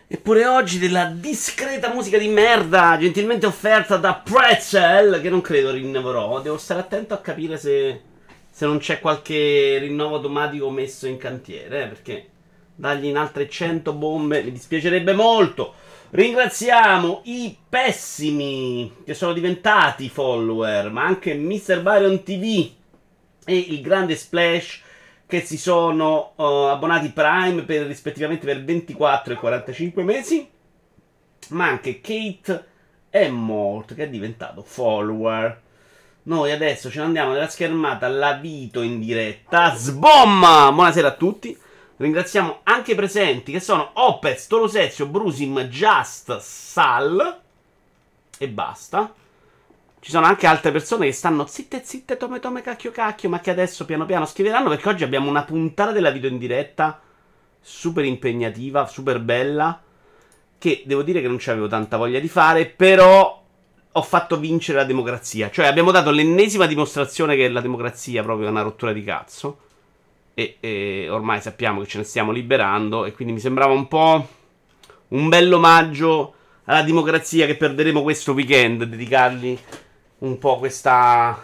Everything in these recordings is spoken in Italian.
Eppure oggi della discreta musica di merda, gentilmente offerta da Pretzel, che non credo rinnoverò. Devo stare attento a capire se non c'è qualche rinnovo automatico messo in cantiere, perché dargli in altre 100 bombe mi dispiacerebbe molto. Ringraziamo i pessimi che sono diventati follower, ma anche Mr. Byron TV e il grande Splash che si sono abbonati Prime per, rispettivamente per 24 e 45 mesi, ma anche Kate e Mort che è diventato follower. Noi adesso ce ne andiamo nella schermata La Vito in diretta. Sbomma! Buonasera a tutti. Ringraziamo anche i presenti che sono Opez, Tolosezio, Brusim, Just, Sal e basta. Ci sono anche altre persone che stanno zitte zitte, tome cacchio cacchio, ma che adesso piano piano scriveranno, perché oggi abbiamo una puntata della video in diretta super impegnativa, super bella, che devo dire che non c'avevo tanta voglia di fare, però ho fatto vincere la democrazia. Cioè abbiamo dato l'ennesima dimostrazione che la democrazia proprio è una rottura di cazzo. E ormai sappiamo che ce ne stiamo liberando, e quindi mi sembrava un po' un bel omaggio alla democrazia che perderemo questo weekend, dedicargli un po' questa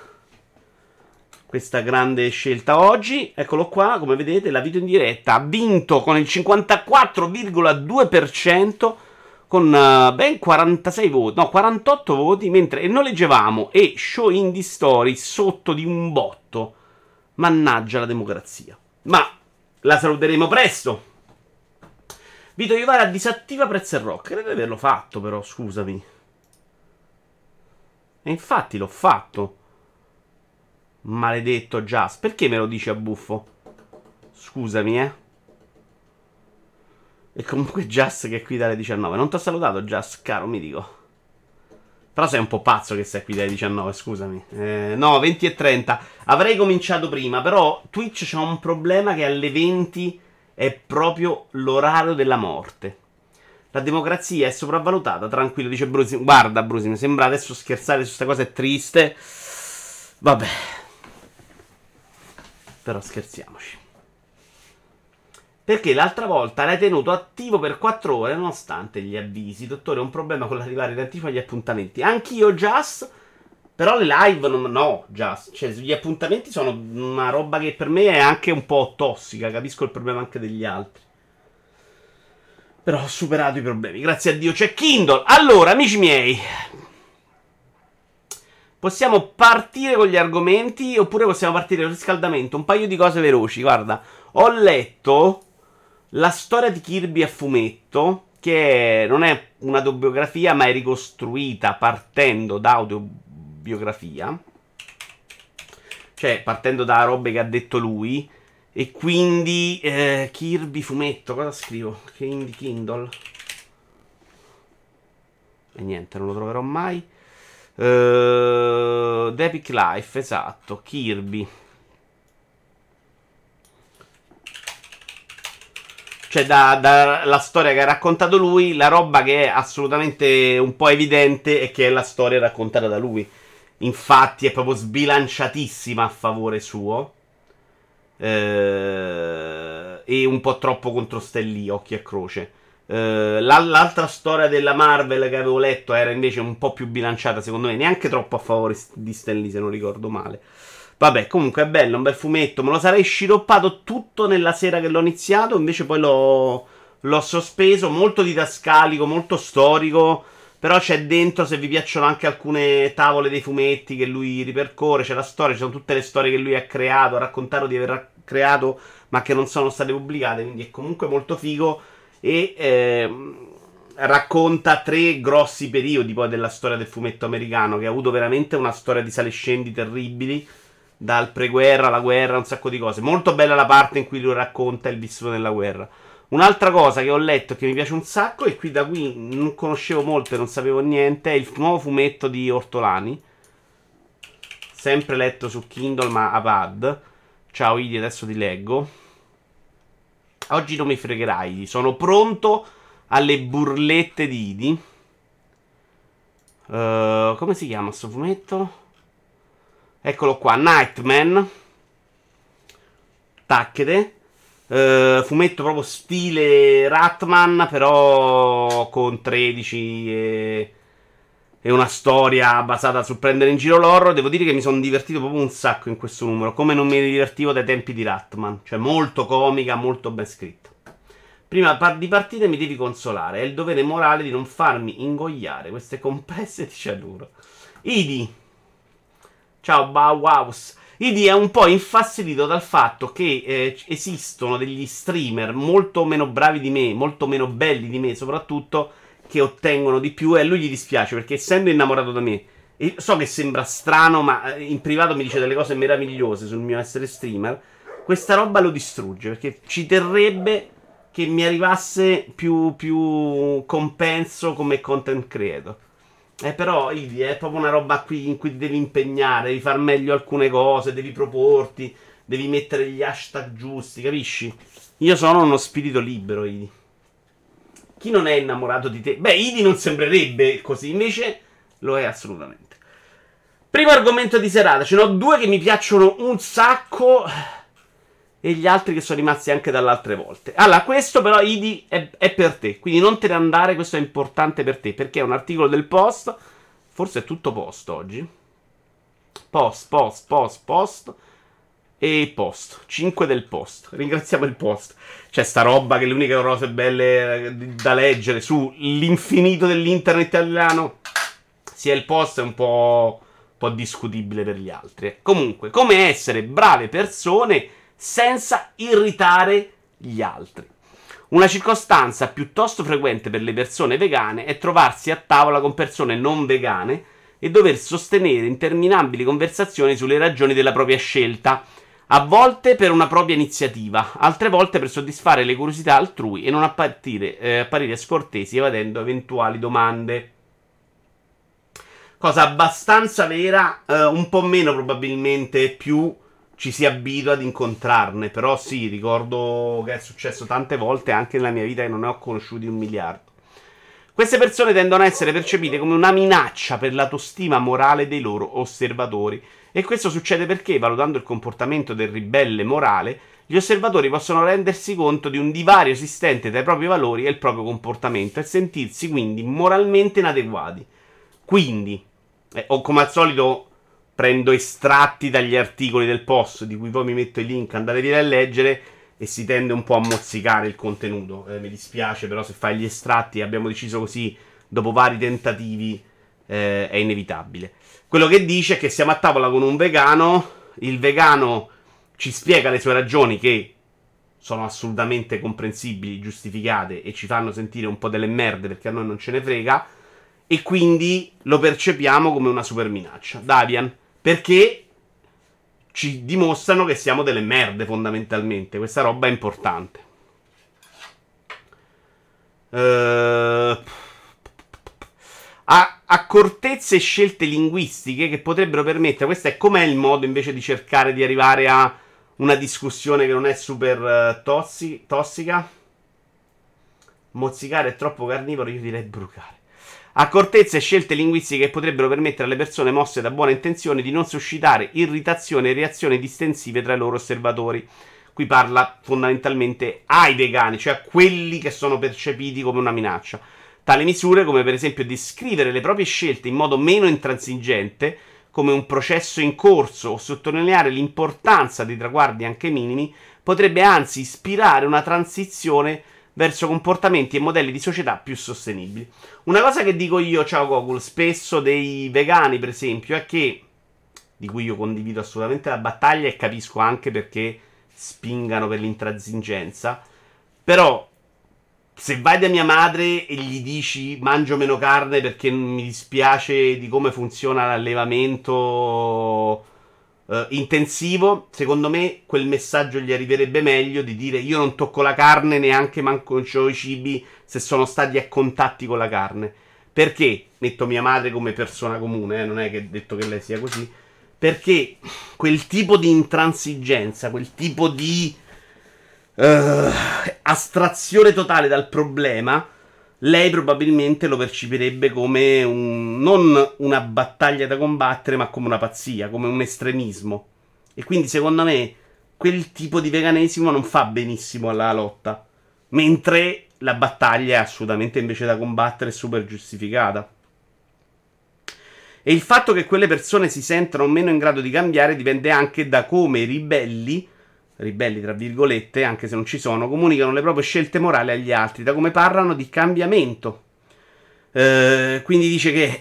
grande scelta oggi. Eccolo qua, come vedete, la video in diretta ha vinto con il 54,2%, con ben 46 voti, no, 48 voti, mentre noleggevamo e Show Indie Story sotto di un botto. Mannaggia la democrazia. Ma la saluteremo presto. Vito Iovara disattiva Prezzo e Rock. Credo di averlo fatto, però, scusami. E infatti l'ho fatto. Maledetto Just. Perché me lo dici a buffo? Scusami, eh. E comunque Just che è qui dalle 19. Non ti ho salutato, Just, caro mitico. Però sei un po' pazzo che sei qui dalle 19, scusami. No, 20 e 30. Avrei cominciato prima, però Twitch c'ha un problema che alle 20 è proprio l'orario della morte. La democrazia è sopravvalutata, tranquillo, dice Brusi. Guarda, Brusi, mi sembra adesso scherzare su questa cosa, è triste. Vabbè. Però scherziamoci. Perché l'altra volta l'hai tenuto attivo per 4 ore nonostante gli avvisi. Dottore, ho un problema con l'arrivare in anticipo agli appuntamenti. Anch'io, Just. Però le live no, Just. Cioè, gli appuntamenti sono una roba che per me è anche un po' tossica. Capisco il problema anche degli altri. Però ho superato i problemi. Grazie a Dio c'è Kindle. Allora, amici miei, possiamo partire con gli argomenti oppure possiamo partire con il riscaldamento. Un paio di cose veloci. Guarda, ho letto la storia di Kirby a fumetto, che non è un'autobiografia, ma è ricostruita partendo da autobiografia. Cioè, partendo da robe che ha detto lui. E quindi, Kirby fumetto, cosa scrivo? Kindle. E niente, non lo troverò mai. The Epic Life, esatto, Kirby. Cioè, la storia che ha raccontato lui, la roba che è assolutamente un po' evidente è che è la storia raccontata da lui. Infatti è proprio sbilanciatissima a favore suo. E un po' troppo contro Stellì, occhi e croce. L'altra storia della Marvel che avevo letto era invece un po' più bilanciata, secondo me, neanche troppo a favore di Stellì, se non ricordo male. Vabbè, comunque è bello, un bel fumetto. Me lo sarei sciroppato tutto nella sera che l'ho iniziato. Invece poi l'ho sospeso. Molto didascalico, molto storico. Però c'è dentro, se vi piacciono anche alcune tavole dei fumetti che lui ripercorre, c'è la storia, ci sono tutte le storie che lui ha creato, ha raccontato di aver creato, ma che non sono state pubblicate. Quindi è comunque molto figo. E racconta 3 grossi periodi poi della storia del fumetto americano, che ha avuto veramente una storia di sale e scendi terribili. Dal preguerra alla guerra, un sacco di cose. Molto bella la parte in cui lui racconta il vissuto nella guerra. Un'altra cosa che ho letto e che mi piace un sacco, e qui da qui non conoscevo molto e non sapevo niente, è il nuovo fumetto di Ortolani. Sempre letto su Kindle ma a pad. Ciao Idi, adesso ti leggo. Oggi non mi fregherai, Idi. Sono pronto alle burlette di Idi. Come si chiama sto fumetto? Eccolo qua, Nightman. Tacchete. Fumetto proprio stile Ratman, però con 13 e una storia basata sul prendere in giro l'horror. Devo dire che mi sono divertito proprio un sacco in questo numero, come non mi divertivo dai tempi di Ratman. Cioè molto comica, molto ben scritta. Prima di partire mi devi consolare. È il dovere morale di non farmi ingoiare queste compresse di cianuro. Idi. Ciao Bauhaus. Idi è un po' infastidito dal fatto che esistono degli streamer molto meno bravi di me, molto meno belli di me soprattutto, che ottengono di più, e a lui gli dispiace perché essendo innamorato da me, e so che sembra strano ma in privato mi dice delle cose meravigliose sul mio essere streamer, questa roba lo distrugge perché ci terrebbe che mi arrivasse più compenso come content creator. Però Idi, è proprio una roba qui in cui ti devi impegnare, devi far meglio alcune cose, devi proporti, devi mettere gli hashtag giusti, capisci? Io sono uno spirito libero, Idi. Chi non è innamorato di te? Beh, Idi non sembrerebbe così, invece lo è assolutamente. Primo argomento di serata, ce ne ho due che mi piacciono un sacco e gli altri che sono rimasti anche dalle altre volte. Allora, questo però, Idi, è per te, quindi non te ne andare, questo è importante per te, perché è un articolo del Post, forse è tutto Post oggi. Post e Post, 5 del Post. Ringraziamo il Post. C'è sta roba che le uniche cose belle da leggere sull'infinito dell'internet italiano, sia il Post è un po' discutibile per gli altri. Comunque, come essere brave persone senza irritare gli altri. Una circostanza piuttosto frequente per le persone vegane è trovarsi a tavola con persone non vegane e dover sostenere interminabili conversazioni sulle ragioni della propria scelta, a volte per una propria iniziativa, altre volte per soddisfare le curiosità altrui e non apparire scortesi evadendo eventuali domande. Cosa abbastanza vera, un po' meno probabilmente più ci si abitua ad incontrarne. Però sì, ricordo che è successo tante volte anche nella mia vita che non ne ho conosciuti 1 miliardo. Queste persone tendono a essere percepite come una minaccia per l'autostima morale dei loro osservatori. E questo succede perché, valutando il comportamento del ribelle morale, gli osservatori possono rendersi conto di un divario esistente tra i propri valori e il proprio comportamento e sentirsi quindi moralmente inadeguati. Quindi, o come al solito prendo estratti dagli articoli del Post, di cui poi mi metto i link, andatevi a leggere, e si tende un po' a mozzicare il contenuto. Mi dispiace, però se fai gli estratti, abbiamo deciso così, dopo vari tentativi, è inevitabile. Quello che dice è che siamo a tavola con un vegano, il vegano ci spiega le sue ragioni che sono assolutamente comprensibili, giustificate e ci fanno sentire un po' delle merde perché a noi non ce ne frega, e quindi lo percepiamo come una super minaccia. Davian, perché ci dimostrano che siamo delle merde fondamentalmente. Questa roba è importante. Accortezze e scelte linguistiche che potrebbero permettere. Questo è com'è il modo invece di cercare di arrivare a una discussione che non è super tossica. Mozzicare è troppo carnivoro, io direi brucare. Accortezze e scelte linguistiche che potrebbero permettere alle persone mosse da buone intenzioni di non suscitare irritazione e reazioni distensive tra i loro osservatori. Qui parla fondamentalmente ai vegani, cioè a quelli che sono percepiti come una minaccia. Tali misure, come per esempio descrivere le proprie scelte in modo meno intransigente, come un processo in corso, o sottolineare l'importanza dei traguardi anche minimi, potrebbe anzi ispirare una transizione verso comportamenti e modelli di società più sostenibili. Una cosa che dico io, ciao Gogol, spesso dei vegani per esempio, è che, di cui io condivido assolutamente la battaglia e capisco anche perché spingano per l'intransigenza, però se vai da mia madre e gli dici mangio meno carne perché mi dispiace di come funziona l'allevamento intensivo, secondo me quel messaggio gli arriverebbe meglio di dire io non tocco la carne, neanche manco i cibi se sono stati a contatti con la carne. Perché metto mia madre come persona comune, non è che ho detto che lei sia così, perché quel tipo di intransigenza, quel tipo di astrazione totale dal problema, lei probabilmente lo percepirebbe come non una battaglia da combattere, ma come una pazzia, come un estremismo. E quindi secondo me quel tipo di veganesimo non fa benissimo alla lotta. Mentre la battaglia è assolutamente invece da combattere, super giustificata. E il fatto che quelle persone si sentano meno in grado di cambiare dipende anche da come i ribelli tra virgolette, anche se non ci sono, comunicano le proprie scelte morali agli altri, da come parlano di cambiamento. Quindi dice che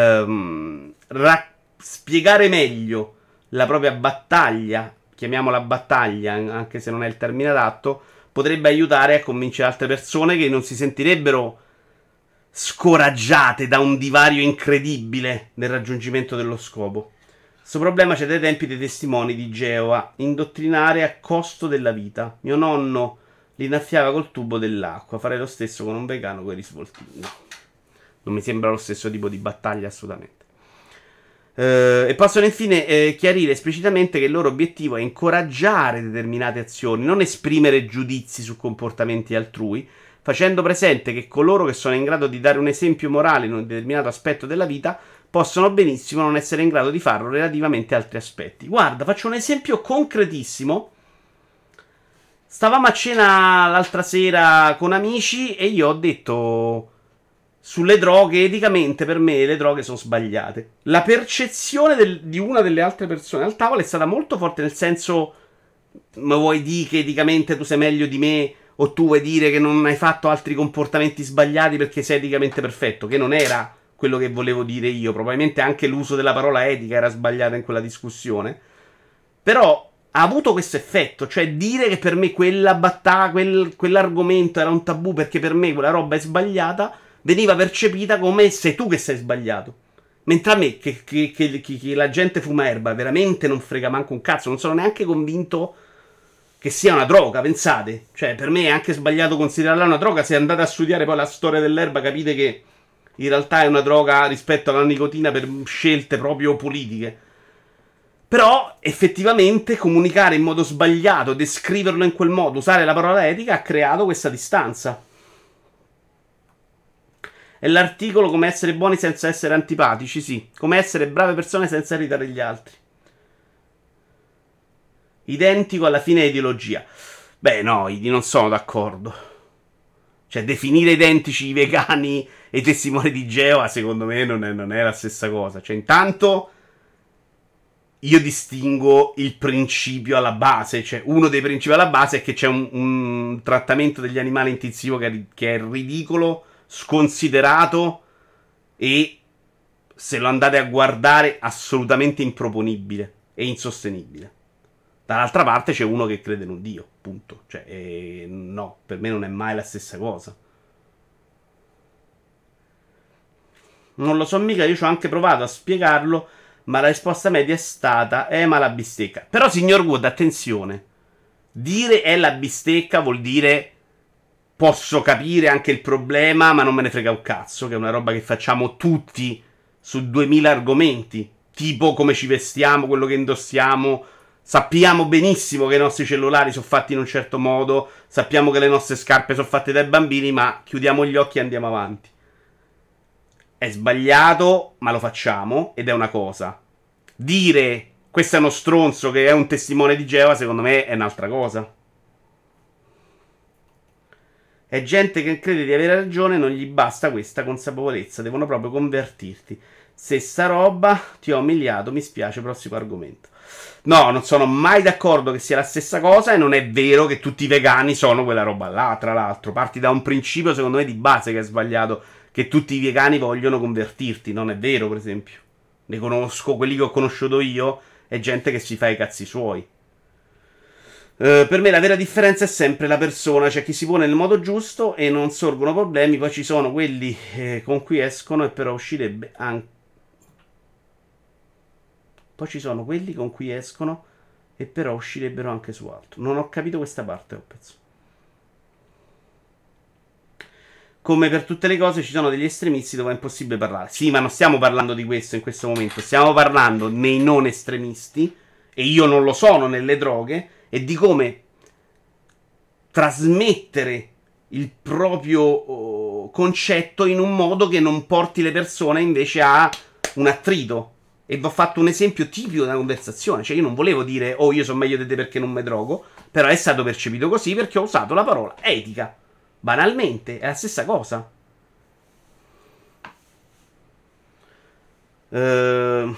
spiegare meglio la propria battaglia, chiamiamola battaglia, anche se non è il termine adatto, potrebbe aiutare a convincere altre persone che non si sentirebbero scoraggiate da un divario incredibile nel raggiungimento dello scopo. Questo problema c'è dai tempi dei testimoni di Geova, indottrinare a costo della vita. Mio nonno li innaffiava col tubo dell'acqua, farei lo stesso con un vegano con i risvoltini. No, non mi sembra lo stesso tipo di battaglia assolutamente. E possono infine chiarire esplicitamente che il loro obiettivo è incoraggiare determinate azioni, non esprimere giudizi su comportamenti altrui, facendo presente che coloro che sono in grado di dare un esempio morale in un determinato aspetto della vita possono benissimo non essere in grado di farlo relativamente a altri aspetti. Guarda, faccio un esempio concretissimo. Stavamo a cena l'altra sera con amici e io ho detto sulle droghe, eticamente per me le droghe sono sbagliate. La percezione di una delle altre persone al tavolo è stata molto forte, nel senso, ma vuoi dire che eticamente tu sei meglio di me? O tu vuoi dire che non hai fatto altri comportamenti sbagliati perché sei eticamente perfetto? Che non era quello che volevo dire io. Probabilmente anche l'uso della parola etica era sbagliata in quella discussione. Però ha avuto questo effetto, cioè dire che per me quella battaglia, quell'argomento era un tabù perché per me quella roba è sbagliata, veniva percepita come sei tu che sei sbagliato. Mentre a me, che la gente fuma erba, veramente non frega manco un cazzo, non sono neanche convinto che sia una droga, pensate. Cioè, per me è anche sbagliato considerarla una droga. Se andate a studiare poi la storia dell'erba capite che in realtà è una droga rispetto alla nicotina per scelte proprio politiche. Però, effettivamente, comunicare in modo sbagliato, descriverlo in quel modo, usare la parola etica, ha creato questa distanza. È l'articolo come essere buoni senza essere antipatici, sì. Come essere brave persone senza irritare gli altri. Identico alla fine ideologia. Beh, no, non sono d'accordo. Cioè, definire identici i vegani e i testimoni di Geova, secondo me, non è la stessa cosa. Cioè, intanto, io distingo il principio alla base. Cioè, uno dei principi alla base è che c'è un trattamento degli animali intensivo che è ridicolo, sconsiderato e, se lo andate a guardare, assolutamente improponibile e insostenibile. Dall'altra parte c'è uno che crede in un Dio, punto. Cioè, no, per me non è mai la stessa cosa. Non lo so mica, io ci ho anche provato a spiegarlo, ma la risposta media è stata, ma la bistecca. Però, signor Wood, attenzione. Dire è la bistecca vuol dire posso capire anche il problema, ma non me ne frega un cazzo, che è una roba che facciamo tutti su 2000 argomenti. Tipo come ci vestiamo, quello che indossiamo. Sappiamo benissimo che i nostri cellulari sono fatti in un certo modo, sappiamo che le nostre scarpe sono fatte dai bambini, ma chiudiamo gli occhi e andiamo avanti. È sbagliato, ma lo facciamo, ed è una cosa. Dire questo è uno stronzo che è un testimone di Geova, secondo me è un'altra cosa. È gente che crede di avere ragione, non gli basta questa consapevolezza, devono proprio convertirti. Stessa roba, ti ho umiliato, mi spiace, prossimo argomento. No, non sono mai d'accordo che sia la stessa cosa e non è vero che tutti i vegani sono quella roba là, tra l'altro. Parti da un principio, secondo me, di base che è sbagliato, che tutti i vegani vogliono convertirti. Non è vero, per esempio. Ne conosco, quelli che ho conosciuto io, è gente che si fa i cazzi suoi. Per me la vera differenza è sempre la persona, cioè chi si pone nel modo giusto e non sorgono problemi, poi ci sono quelli con cui escono e però uscirebbe anche... Poi ci sono quelli con cui escono e però uscirebbero anche su altro. Non ho capito questa parte, Opez. Come per tutte le cose ci sono degli estremisti dove è impossibile parlare. Sì, ma non stiamo parlando di questo in questo momento. Stiamo parlando nei non estremisti, e io non lo sono nelle droghe, e di come trasmettere il proprio concetto in un modo che non porti le persone invece a un attrito. E vi ho fatto un esempio tipico della conversazione. Cioè, io non volevo dire, oh, io sono meglio di te perché non mi drogo. Però è stato percepito così perché ho usato la parola etica. Banalmente, è la stessa cosa. Ehm...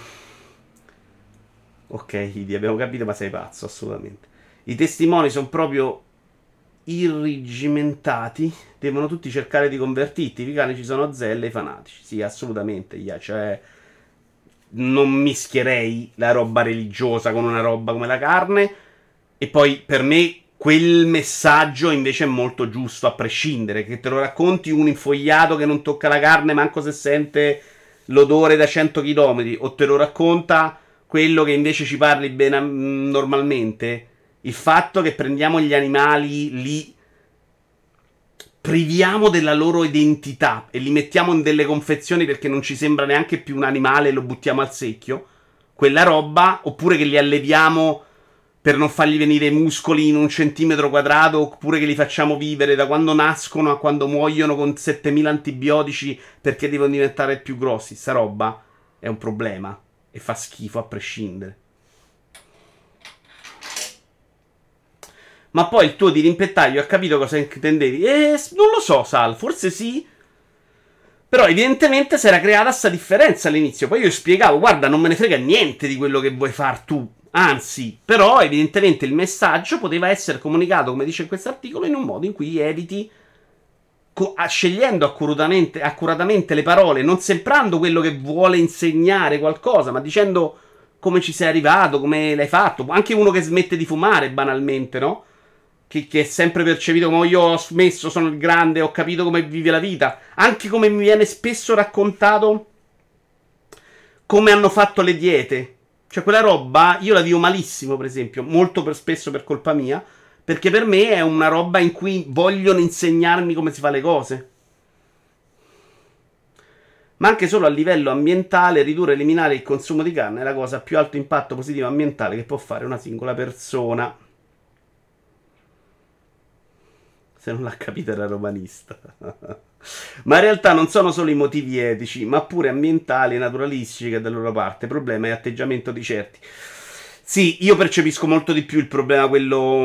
Ok, Idi, abbiamo capito, ma sei pazzo, assolutamente. I testimoni sono proprio irrigimentati. Devono tutti cercare di convertirti. I cani ci sono zelle e i fanatici. Sì, assolutamente. Yeah, cioè, non mischierei la roba religiosa con una roba come la carne. E poi per me quel messaggio invece è molto giusto a prescindere. Che te lo racconti un infogliato che non tocca la carne, manco se sente l'odore da 100 km, o te lo racconta quello che invece ci parli bene normalmente. Il fatto che prendiamo gli animali, li priviamo della loro identità e li mettiamo in delle confezioni perché non ci sembra neanche più un animale e lo buttiamo al secchio, quella roba, oppure che li alleviamo per non fargli venire i muscoli in un centimetro quadrato, oppure che li facciamo vivere da quando nascono a quando muoiono con 7000 antibiotici perché devono diventare più grossi. Sta roba è un problema e fa schifo a prescindere. Ma poi il tuo dirimpettaio ha capito cosa intendevi? Non lo so, Sal, forse sì. Però evidentemente si era creata sta differenza all'inizio. Poi io spiegavo, guarda, non me ne frega niente di quello che vuoi far tu. Anzi, però evidentemente il messaggio poteva essere comunicato, come dice in questo articolo, in un modo in cui eviti, scegliendo accuratamente le parole, non sembrando quello che vuole insegnare qualcosa, ma dicendo come ci sei arrivato, come l'hai fatto. Anche uno che smette di fumare, banalmente, no? Che è sempre percepito come io ho smesso, sono il grande, ho capito come vive la vita. Anche come mi viene spesso raccontato come hanno fatto le diete. Cioè quella roba io la vivo malissimo, per esempio, molto spesso per colpa mia, perché per me è una roba in cui vogliono insegnarmi come si fa le cose. Ma anche solo a livello ambientale, ridurre e eliminare il consumo di carne è la cosa a più alto impatto positivo ambientale che può fare una singola persona. Se non l'ha capito era romanista. Ma in realtà non sono solo i motivi etici, ma pure ambientali e naturalistici che da loro parte. Il problema è atteggiamento di certi. Sì, io percepisco molto di più il problema quello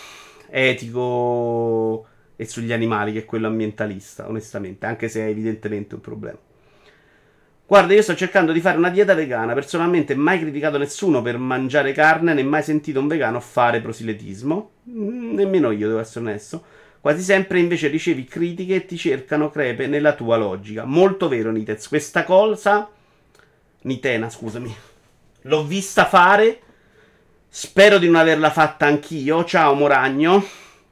etico e sugli animali che quello ambientalista, onestamente, anche se è evidentemente un problema. Guarda, io sto cercando di fare una dieta vegana. Personalmente mai criticato nessuno per mangiare carne, né mai sentito un vegano fare proselitismo. Nemmeno io, devo essere onesto. Quasi sempre invece ricevi critiche e ti cercano crepe nella tua logica. Molto vero, Nitez. Questa cosa, Nitena, scusami, l'ho vista fare. Spero di non averla fatta anch'io. Ciao, Moragno.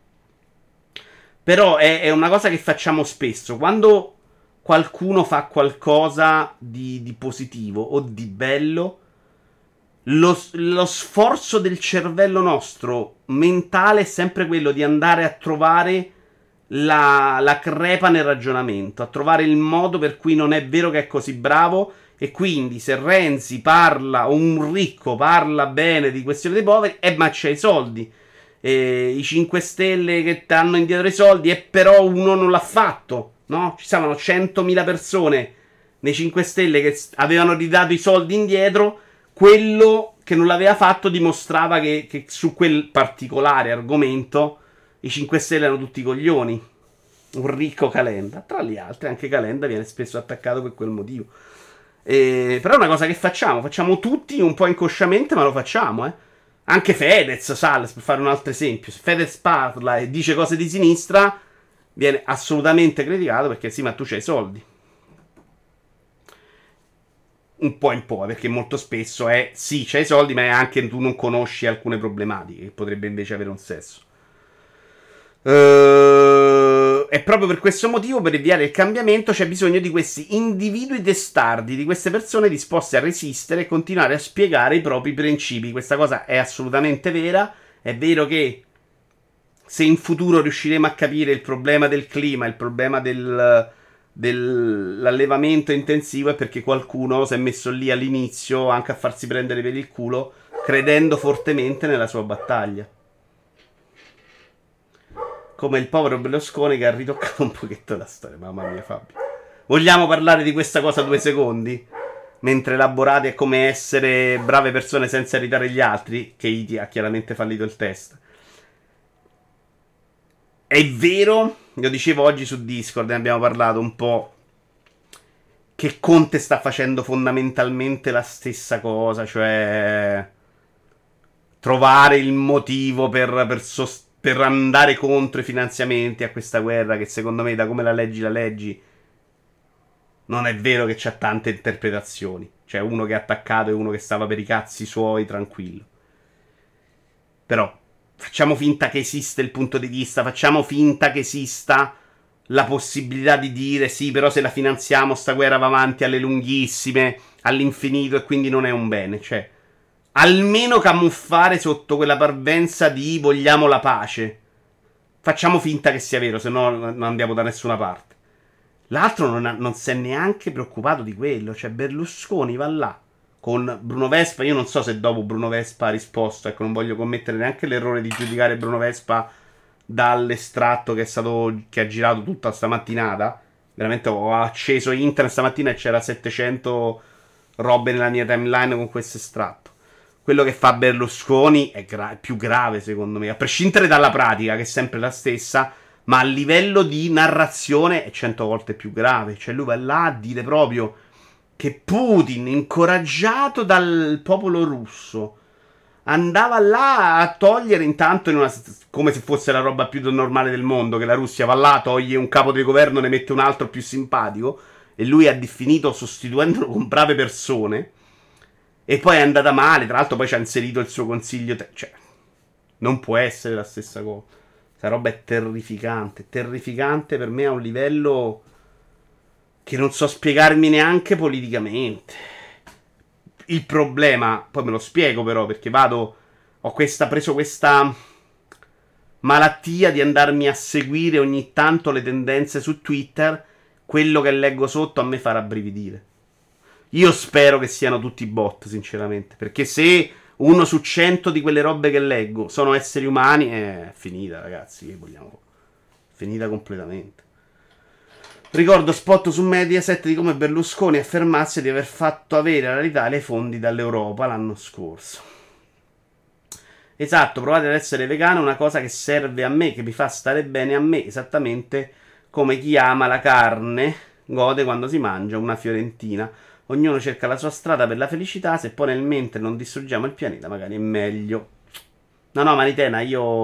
Però è una cosa che facciamo spesso. Quando qualcuno fa qualcosa di positivo o di bello, lo sforzo del cervello nostro mentale è sempre quello di andare a trovare la crepa nel ragionamento, a trovare il modo per cui non è vero che è così bravo. E quindi se Renzi parla o un ricco parla bene di questione dei poveri, ma c'è i soldi, i 5 Stelle che danno indietro i soldi, e però uno non l'ha fatto, no? Ci stavano 100.000 persone nei 5 Stelle che avevano ridato i soldi indietro. Quello che non l'aveva fatto dimostrava che su quel particolare argomento i 5 Stelle erano tutti coglioni. Un ricco Calenda, tra gli altri, anche Calenda viene spesso attaccato per quel motivo. Però è una cosa che facciamo tutti un po' inconsciamente, ma lo facciamo, eh. Anche Fedez, Salles, per fare un altro esempio. Se Fedez parla e dice cose di sinistra, viene assolutamente criticato perché sì, ma tu c'hai i soldi. Un po' in po', perché molto spesso è sì, c'hai i soldi, ma è anche tu non conosci alcune problematiche che potrebbe invece avere un senso. E proprio per questo motivo, per avviare il cambiamento, c'è bisogno di questi individui testardi, di queste persone disposte a resistere e continuare a spiegare i propri principi. Questa cosa è assolutamente vera. È vero che se in futuro riusciremo a capire il problema del clima, il problema dell'allevamento intensivo, è perché qualcuno si è messo lì all'inizio anche a farsi prendere per il culo, credendo fortemente nella sua battaglia. Come il povero Berlusconi che ha ritoccato un pochetto la storia. Mamma mia, Fabio. Vogliamo parlare di questa cosa 2 secondi? mentre elaborati è come essere brave persone senza irritare gli altri, che Iti ha chiaramente fallito il test. È vero, lo dicevo oggi su Discord, ne abbiamo parlato un po', che Conte sta facendo fondamentalmente la stessa cosa, cioè trovare il motivo per andare contro i finanziamenti a questa guerra, che secondo me, da come la leggi, non è vero che c'ha tante interpretazioni. C'è uno che è attaccato e uno che stava per i cazzi suoi, tranquillo. Però facciamo finta che esiste il punto di vista, facciamo finta che esista la possibilità di dire sì, però se la finanziamo sta guerra va avanti alle lunghissime, all'infinito, e quindi non è un bene. Cioè, almeno camuffare sotto quella parvenza di vogliamo la pace. Facciamo finta che sia vero, se no non andiamo da nessuna parte. L'altro non si è neanche preoccupato di quello. Cioè, Berlusconi va là con Bruno Vespa. Io non so se dopo Bruno Vespa ha risposto. Ecco, non voglio commettere neanche l'errore di giudicare Bruno Vespa dall'estratto che ha girato tutta stamattinata. Veramente ho acceso internet stamattina e c'era 700 robe nella mia timeline con questo estratto. Quello che fa Berlusconi è più grave, secondo me, a prescindere dalla pratica, che è sempre la stessa, ma a livello di narrazione è 100 volte più grave. Cioè lui va là a dire proprio che Putin, incoraggiato dal popolo russo, andava là a togliere intanto come se fosse la roba più normale del mondo, che la Russia va là, toglie un capo del governo, ne mette un altro più simpatico, e lui ha definito sostituendolo con brave persone, e poi è andata male. Tra l'altro poi ci ha inserito il suo consiglio, cioè non può essere la stessa cosa. Questa roba è terrificante. Terrificante per me a un livello che non so spiegarmi neanche politicamente. Il problema, poi me lo spiego però, perché ho preso questa malattia di andarmi a seguire ogni tanto le tendenze su Twitter. Quello che leggo sotto a me fa rabbrividire. Io spero che siano tutti bot, sinceramente, perché se 1 su 100 di quelle robe che leggo sono esseri umani, è finita, ragazzi. Che vogliamo? Finita completamente. Ricordo spot su Mediaset di come Berlusconi affermasse di aver fatto avere all'Italia i fondi dall'Europa l'anno scorso. Esatto, provate ad essere vegano, una cosa che serve a me, che mi fa stare bene a me, esattamente come chi ama la carne gode quando si mangia una fiorentina. Ognuno cerca la sua strada per la felicità, se poi nel mentre non distruggiamo il pianeta magari è meglio. No, Maritena,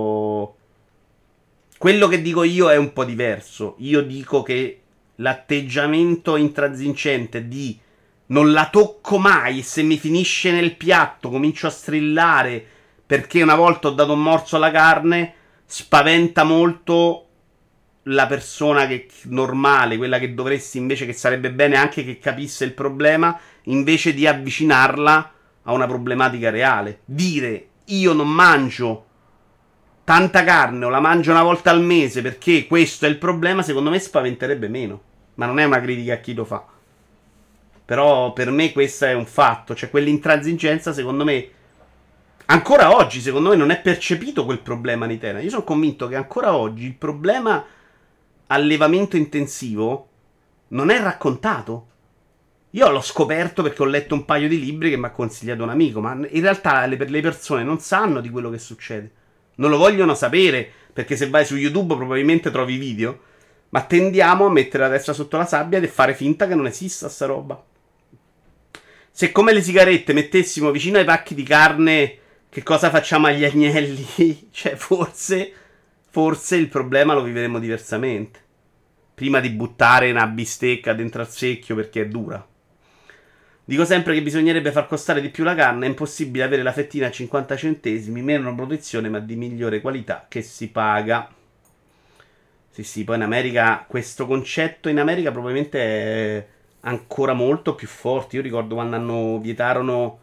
quello che dico io è un po' diverso. Io dico che l'atteggiamento intransigente di non la tocco mai, e se mi finisce nel piatto comincio a strillare perché una volta ho dato un morso alla carne, spaventa molto la persona che normale, quella che dovresti invece, che sarebbe bene anche che capisse il problema, invece di avvicinarla a una problematica reale. Dire io non mangio tanta carne o la mangio una volta al mese perché questo è il problema, secondo me spaventerebbe meno. Ma non è una critica a chi lo fa. Però per me questo è un fatto. Cioè quell'intransigenza, secondo me, ancora oggi, secondo me, non è percepito quel problema in Italia. Io sono convinto che ancora oggi il problema allevamento intensivo non è raccontato. Io l'ho scoperto perché ho letto un paio di libri che mi ha consigliato un amico, ma in realtà le persone non sanno di quello che succede. Non lo vogliono sapere, perché se vai su YouTube probabilmente trovi video, ma tendiamo a mettere la testa sotto la sabbia e fare finta che non esista sta roba. Se come le sigarette mettessimo vicino ai pacchi di carne che cosa facciamo agli agnelli, cioè forse il problema lo vivremo diversamente. Prima di buttare una bistecca dentro al secchio perché è dura. Dico sempre che bisognerebbe far costare di più la carne. È impossibile avere la fettina a 50 centesimi, meno protezione ma di migliore qualità, che si paga. Sì, poi in America questo concetto in America probabilmente è ancora molto più forte. Io ricordo quando vietarono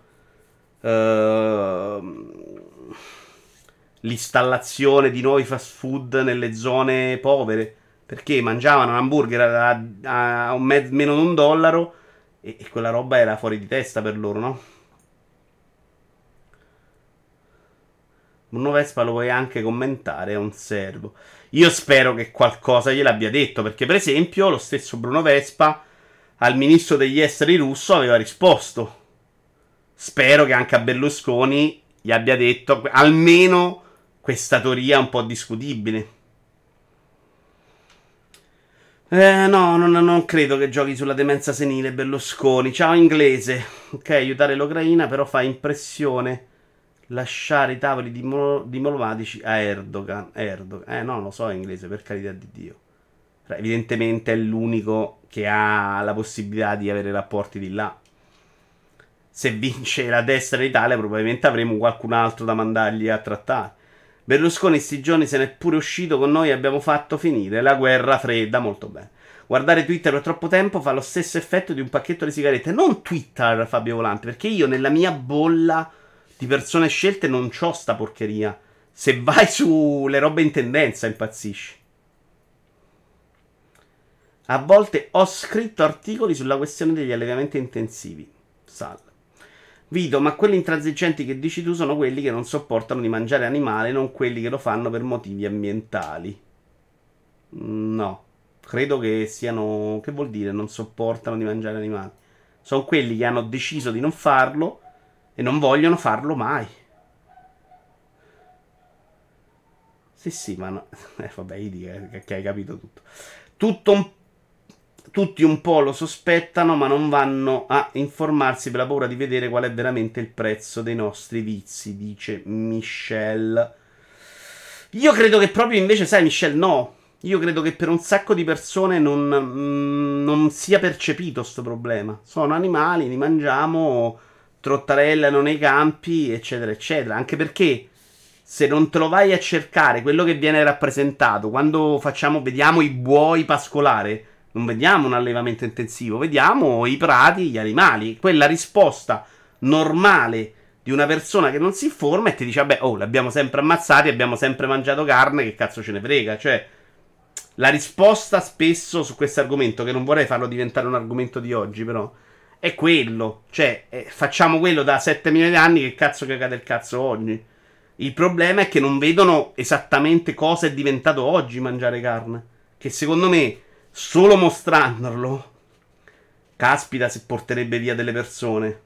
l'installazione di nuovi fast food nelle zone povere, perché mangiavano un hamburger a meno di $1 e quella roba era fuori di testa per loro, no? Bruno Vespa lo puoi anche commentare, è un servo. Io spero che qualcosa gliel'abbia detto, perché per esempio lo stesso Bruno Vespa al ministro degli esteri russo aveva risposto. Spero che anche a Berlusconi gli abbia detto almeno questa teoria un po' discutibile. No, non credo che giochi sulla demenza senile Berlusconi. Ciao inglese. Ok, aiutare l'Ucraina, però fa impressione lasciare i tavoli diplomatici a Erdogan. No, lo so inglese, per carità di Dio. Evidentemente è l'unico che ha la possibilità di avere rapporti di là. Se vince la destra in Italia, probabilmente avremo qualcun altro da mandargli a trattare. Berlusconi sti giorni se n'è pure uscito con noi e abbiamo fatto finire la guerra fredda. Molto bene. Guardare Twitter per troppo tempo fa lo stesso effetto di un pacchetto di sigarette. Non Twitter, Fabio Volante, perché io nella mia bolla di persone scelte non c'ho sta porcheria. Se vai sulle robe in tendenza impazzisci. A volte ho scritto articoli sulla questione degli allevamenti intensivi. Sal. Vito, ma quelli intransigenti che dici tu sono quelli che non sopportano di mangiare animali, non quelli che lo fanno per motivi ambientali. No, credo che siano... Che vuol dire non sopportano di mangiare animali? Sono quelli che hanno deciso di non farlo e non vogliono farlo mai. Sì, ma no. Vabbè, che hai capito tutto. Tutti un po' lo sospettano, ma non vanno a informarsi per la paura di vedere qual è veramente il prezzo dei nostri vizi, dice Michelle. Io credo che proprio invece, sai, Michelle, no. Io credo che per un sacco di persone non sia percepito sto problema. Sono animali, li mangiamo, trottarellano nei campi, eccetera, eccetera. Anche perché se non te lo vai a cercare, quello che viene rappresentato, quando vediamo i buoi pascolare, non vediamo un allevamento intensivo, vediamo i prati, gli animali. Quella risposta normale di una persona che non si informa e ti dice, vabbè, oh, li abbiamo sempre ammazzati, abbiamo sempre mangiato carne, che cazzo ce ne frega? Cioè, la risposta spesso su questo argomento, che non vorrei farlo diventare un argomento di oggi, però, è quello. Cioè, facciamo quello da 7 milioni di anni, che cazzo cagate il cazzo oggi? Il problema è che non vedono esattamente cosa è diventato oggi mangiare carne. Che secondo me, solo mostrandolo, caspita se porterebbe via delle persone.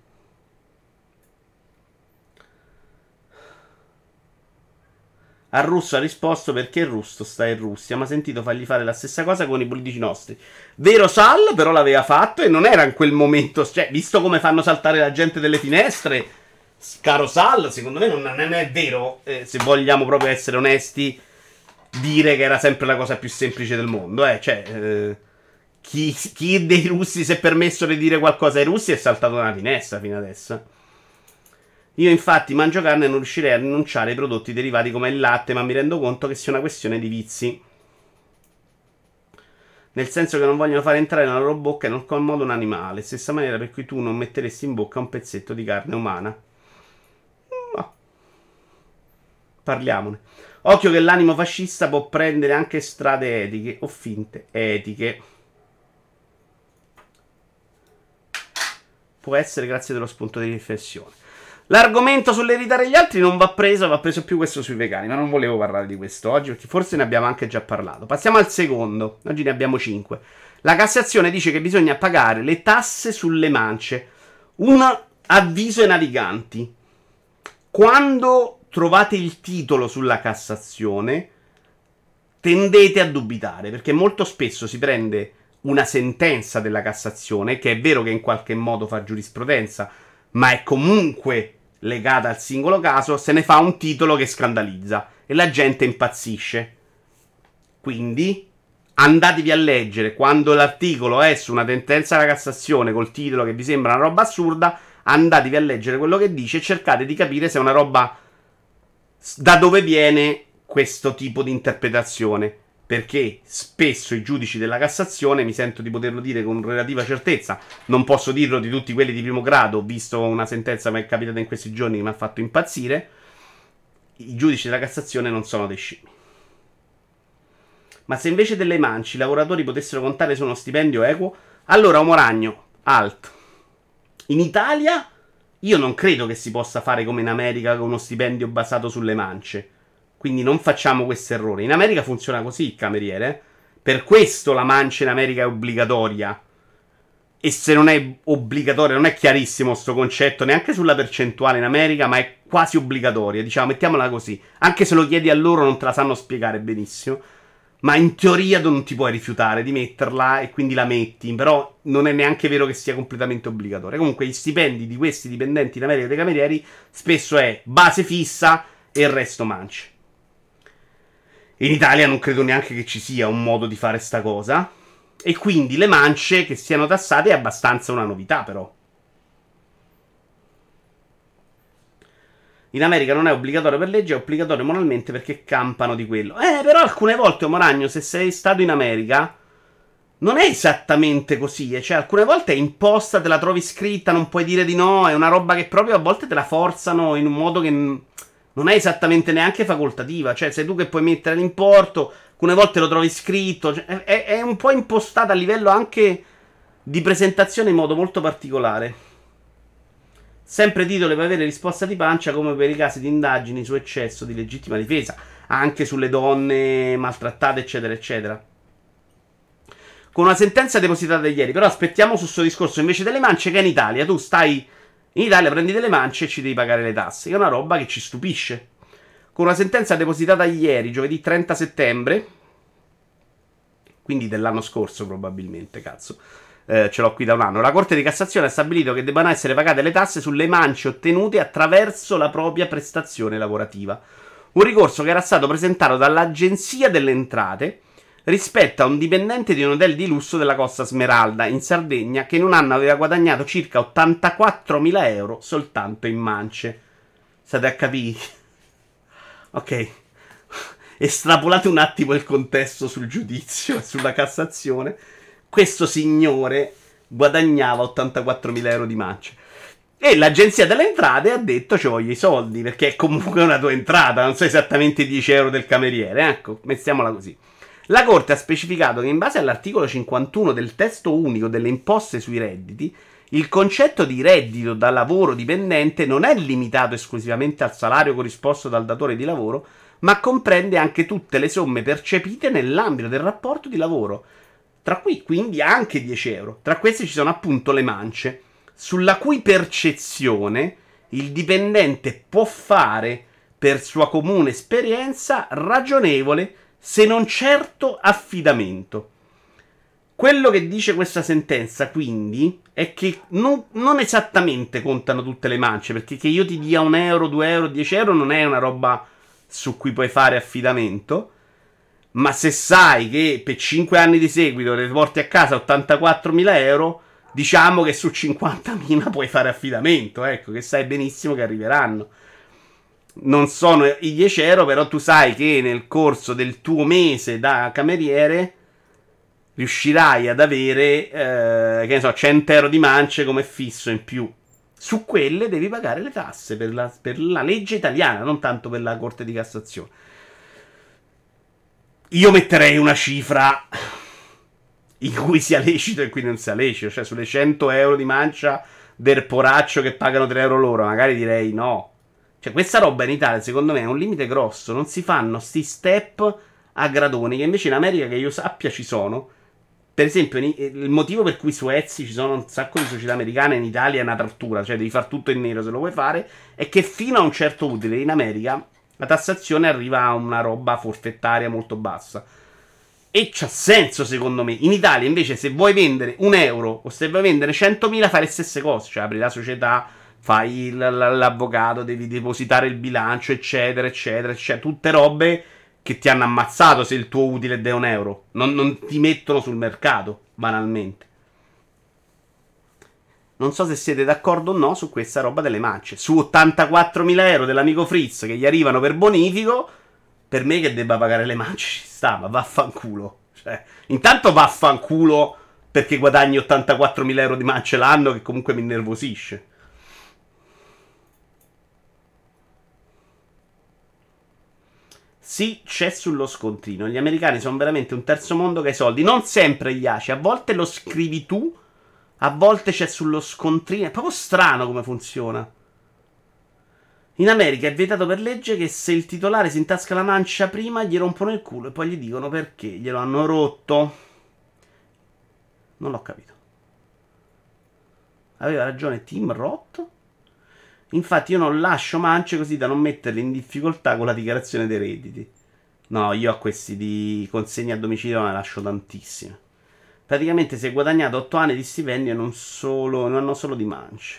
Al russo ha risposto perché il russo sta in Russia, ma ha sentito fargli fare la stessa cosa con i politici nostri. Vero Sal, però l'aveva fatto e non era in quel momento, cioè, visto come fanno saltare la gente delle finestre, caro Sal, secondo me non è vero, se vogliamo proprio essere onesti, dire che era sempre la cosa più semplice del mondo, cioè, chi dei russi si è permesso di dire qualcosa ai russi è saltato dalla finestra fino adesso. Io infatti mangio carne e non riuscirei a rinunciare ai prodotti derivati come il latte, ma mi rendo conto che sia una questione di vizi. Nel senso che non vogliono fare entrare nella loro bocca in alcun modo un animale, stessa maniera per cui tu non metteresti in bocca un pezzetto di carne umana. No. Parliamone. Occhio che l'animo fascista può prendere anche strade etiche o finte etiche. Può essere grazie dello spunto di riflessione. L'argomento sull'ereditare gli altri non va preso più questo sui vegani, ma non volevo parlare di questo oggi perché forse ne abbiamo anche già parlato. Passiamo al secondo, oggi ne abbiamo 5. La Cassazione dice che bisogna pagare le tasse sulle mance. Un avviso ai naviganti. Quando trovate il titolo sulla Cassazione, tendete a dubitare, perché molto spesso si prende una sentenza della Cassazione, che è vero che in qualche modo fa giurisprudenza, ma è comunque legata al singolo caso, se ne fa un titolo che scandalizza e la gente impazzisce. Quindi andatevi a leggere, quando l'articolo è su una sentenza della Cassazione col titolo che vi sembra una roba assurda, andatevi a leggere quello che dice e cercate di capire se è una roba, da dove viene questo tipo di interpretazione. Perché spesso i giudici della Cassazione, mi sento di poterlo dire con relativa certezza, non posso dirlo di tutti quelli di primo grado, visto una sentenza che mi è capitata in questi giorni che mi ha fatto impazzire, i giudici della Cassazione non sono dei scemi. Ma se invece delle mance i lavoratori potessero contare su uno stipendio equo, allora Uomo Ragno, alt. In Italia io non credo che si possa fare come in America con uno stipendio basato sulle mance. Quindi non facciamo questo errore. In America funziona così il cameriere. Per questo la mancia in America è obbligatoria. E se non è obbligatoria, non è chiarissimo sto concetto neanche sulla percentuale in America, ma è quasi obbligatoria, diciamo, mettiamola così. Anche se lo chiedi a loro non te la sanno spiegare benissimo. Ma in teoria non ti puoi rifiutare di metterla e quindi la metti. Però non è neanche vero che sia completamente obbligatoria. Comunque gli stipendi di questi dipendenti in America dei camerieri spesso è base fissa e il resto mance. In Italia non credo neanche che ci sia un modo di fare sta cosa. E quindi le mance che siano tassate è abbastanza una novità, però. In America non è obbligatorio per legge, è obbligatorio moralmente perché campano di quello. Però alcune volte, Moragno, se sei stato in America, non è esattamente così. Cioè, alcune volte è imposta, te la trovi scritta, non puoi dire di no. È una roba che proprio a volte te la forzano in un modo che non è esattamente neanche facoltativa. Cioè, sei tu che puoi mettere l'importo, alcune volte lo trovi scritto. Cioè, è un po' impostata a livello anche di presentazione in modo molto particolare. Sempre titoli per avere risposta di pancia, come per i casi di indagini su eccesso di legittima difesa, anche sulle donne maltrattate, eccetera, eccetera. Con una sentenza depositata ieri, però aspettiamo su questo discorso invece delle mance, che è in Italia. Tu stai in Italia, prendi delle mance e ci devi pagare le tasse, che è una roba che ci stupisce. Con una sentenza depositata ieri, giovedì 30 settembre, quindi dell'anno scorso probabilmente, cazzo. Ce l'ho qui da un anno. La Corte di Cassazione ha stabilito che debbano essere pagate le tasse sulle mance ottenute attraverso la propria prestazione lavorativa. Un ricorso che era stato presentato dall'Agenzia delle Entrate rispetto a un dipendente di un hotel di lusso della Costa Smeralda in Sardegna che in un anno aveva guadagnato circa 84.000 euro soltanto in mance. State a capire? Ok. Estrapolate un attimo il contesto sul giudizio e sulla Cassazione. Questo signore guadagnava 84.000 euro di mance. E l'agenzia delle entrate ha detto: ci voglio i soldi, perché è comunque una tua entrata, non so esattamente 10 euro del cameriere. Ecco, mettiamola così. La Corte ha specificato che in base all'articolo 51 del testo unico delle imposte sui redditi, il concetto di reddito da lavoro dipendente non è limitato esclusivamente al salario corrisposto dal datore di lavoro, ma comprende anche tutte le somme percepite nell'ambito del rapporto di lavoro. Tra cui quindi anche 10 euro. Tra queste ci sono appunto le mance, sulla cui percezione il dipendente può fare, per sua comune esperienza, ragionevole, se non certo, affidamento. Quello che dice questa sentenza, quindi, è che non esattamente contano tutte le mance, perché che io ti dia 1 euro, 2 euro, 10 euro non è una roba su cui puoi fare affidamento. Ma se sai che per 5 anni di seguito le porti a casa 84.000 euro, diciamo che su 50.000 puoi fare affidamento. Ecco, che sai benissimo che arriveranno. Non sono i 10 euro, però tu sai che nel corso del tuo mese da cameriere riuscirai ad avere, che ne so, 100 euro di mance come fisso in più. Su quelle devi pagare le tasse per la legge italiana, non tanto per la Corte di Cassazione. Io metterei una cifra in cui sia lecito e qui non sia lecito. Cioè sulle 100 euro di mancia del poraccio che pagano 3 euro l'ora, magari direi no. Cioè questa roba in Italia secondo me è un limite grosso. Non si fanno sti step a gradoni, che invece in America, che io sappia, ci sono. Per esempio il motivo per cui su Etsy ci sono un sacco di società americane, in Italia è una tortura. Cioè devi fare tutto in nero se lo vuoi fare. È che fino a un certo utile in America la tassazione arriva a una roba forfettaria molto bassa. E c'ha senso secondo me. In Italia invece se vuoi vendere 1 euro o se vuoi vendere 100.000 fai le stesse cose. Cioè apri la società, fai l'avvocato, devi depositare il bilancio, eccetera, eccetera. Cioè tutte robe che ti hanno ammazzato se il tuo utile è di 1 euro. Non ti mettono sul mercato, banalmente. Non so se siete d'accordo o no su questa roba delle mance. Su 84.000 euro dell'amico Fritz che gli arrivano per bonifico, per me che debba pagare le mance ci sta, ma vaffanculo. Cioè, intanto vaffanculo perché guadagni 84.000 euro di mance l'anno, che comunque mi innervosisce. Sì, c'è sullo scontrino. Gli americani sono veramente un terzo mondo che ha i soldi. Non sempre gli ACI, a volte lo scrivi tu. A volte c'è sullo scontrino. È proprio strano come funziona. In America è vietato per legge che se il titolare si intasca la mancia prima gli rompono il culo e poi gli dicono perché glielo hanno rotto. Non l'ho capito. Aveva ragione Tim Roth. Infatti io non lascio mance così da non metterli in difficoltà con la dichiarazione dei redditi. No, io a questi di consegna a domicilio ne lascio tantissime. Praticamente si è guadagnato 8 anni di stipendio e non hanno solo di mance.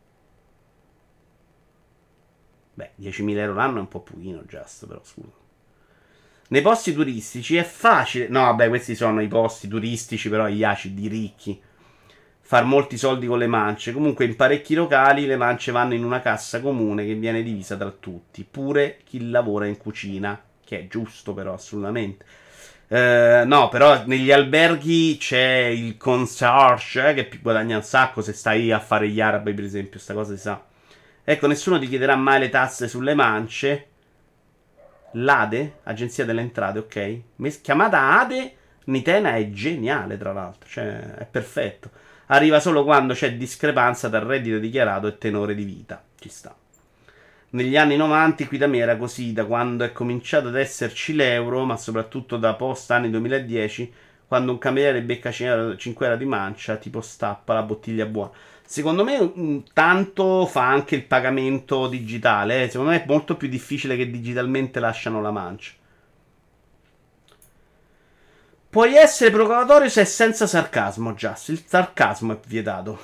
Beh, 10.000 euro l'anno è un po' pochino, giusto, però scusa. Nei posti turistici è facile. No, vabbè, questi sono i posti turistici, però gli acidi ricchi. Far molti soldi con le mance. Comunque, in parecchi locali le mance vanno in una cassa comune che viene divisa tra tutti, pure chi lavora in cucina, che è giusto, però, assolutamente. No, però negli alberghi c'è il concierge che guadagna un sacco se stai a fare gli arabi, per esempio. Sta cosa si sa. Ecco, nessuno ti chiederà mai le tasse sulle mance. L'ADE, Agenzia delle Entrate, ok? Chiamata ADE Nitena è geniale, tra l'altro. Cioè, è perfetto. Arriva solo quando c'è discrepanza tra reddito dichiarato e tenore di vita. Ci sta. Negli anni 90 qui da me era così, da quando è cominciato ad esserci l'euro, ma soprattutto da post anni 2010, quando un cameriere becca 5 euro di mancia, tipo stappa la bottiglia buona. Secondo me tanto fa anche il pagamento digitale, eh. Secondo me è molto più difficile che digitalmente lasciano la mancia. Puoi essere provocatorio se è senza sarcasmo, Just. Il sarcasmo è vietato.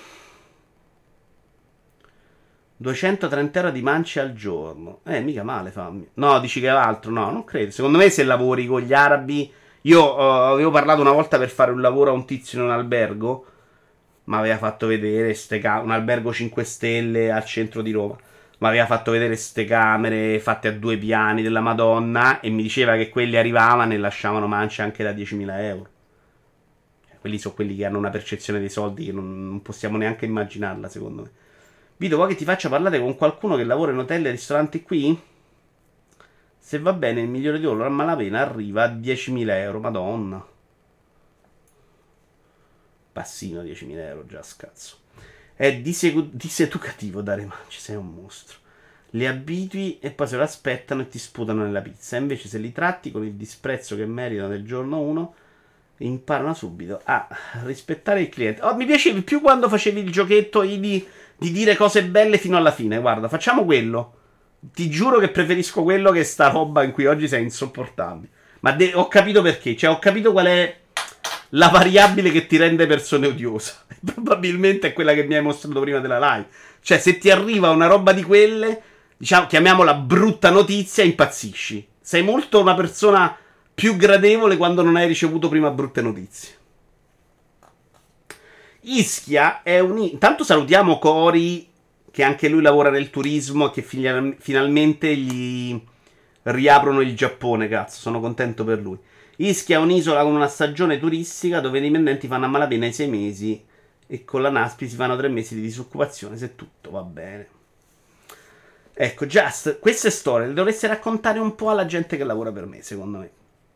230 euro di mance al giorno. Mica male fammi. No, dici che è altro? No, non credo. Secondo me se lavori con gli arabi. Io avevo parlato una volta per fare un lavoro a un tizio in un albergo. Mi aveva fatto vedere un albergo 5 stelle al centro di Roma. Mi aveva fatto vedere ste camere fatte a 2 piani della Madonna. E mi diceva che quelli arrivavano e lasciavano mance anche da 10.000 euro. Quelli sono quelli che hanno una percezione dei soldi che non possiamo neanche immaginarla, secondo me. Vito, vuoi che ti faccia parlare con qualcuno che lavora in hotel e ristoranti qui? Se va bene, il migliore di loro a malapena arriva a 10.000 euro, madonna. Passino 10.000 euro, già scazzo. È diseducativo dare mance, sei un mostro. Li abitui e poi se lo aspettano e ti sputano nella pizza. Invece se li tratti con il disprezzo che meritano nel giorno 1, imparano subito a rispettare il cliente. Oh, mi piacevi più quando facevi il giochetto di dire cose belle fino alla fine. Guarda, facciamo quello. Ti giuro che preferisco quello che sta roba in cui oggi sei insopportabile. Ma ho capito perché. Cioè, ho capito qual è la variabile che ti rende persone odiose. Probabilmente è quella che mi hai mostrato prima della live. Cioè, se ti arriva una roba di quelle, diciamo, chiamiamola brutta notizia, impazzisci. Sei molto una persona più gradevole quando non hai ricevuto prima brutte notizie. Ischia è un... Intanto salutiamo Cori, che anche lui lavora nel turismo e che finalmente gli riaprono il Giappone, cazzo, sono contento per lui. Ischia è un'isola con una stagione turistica dove i dipendenti fanno a malapena i 6 mesi e con la NASPI si fanno 3 mesi di disoccupazione, se tutto va bene. Ecco, Just, queste storie le dovreste raccontare un po' alla gente che lavora per me, secondo me.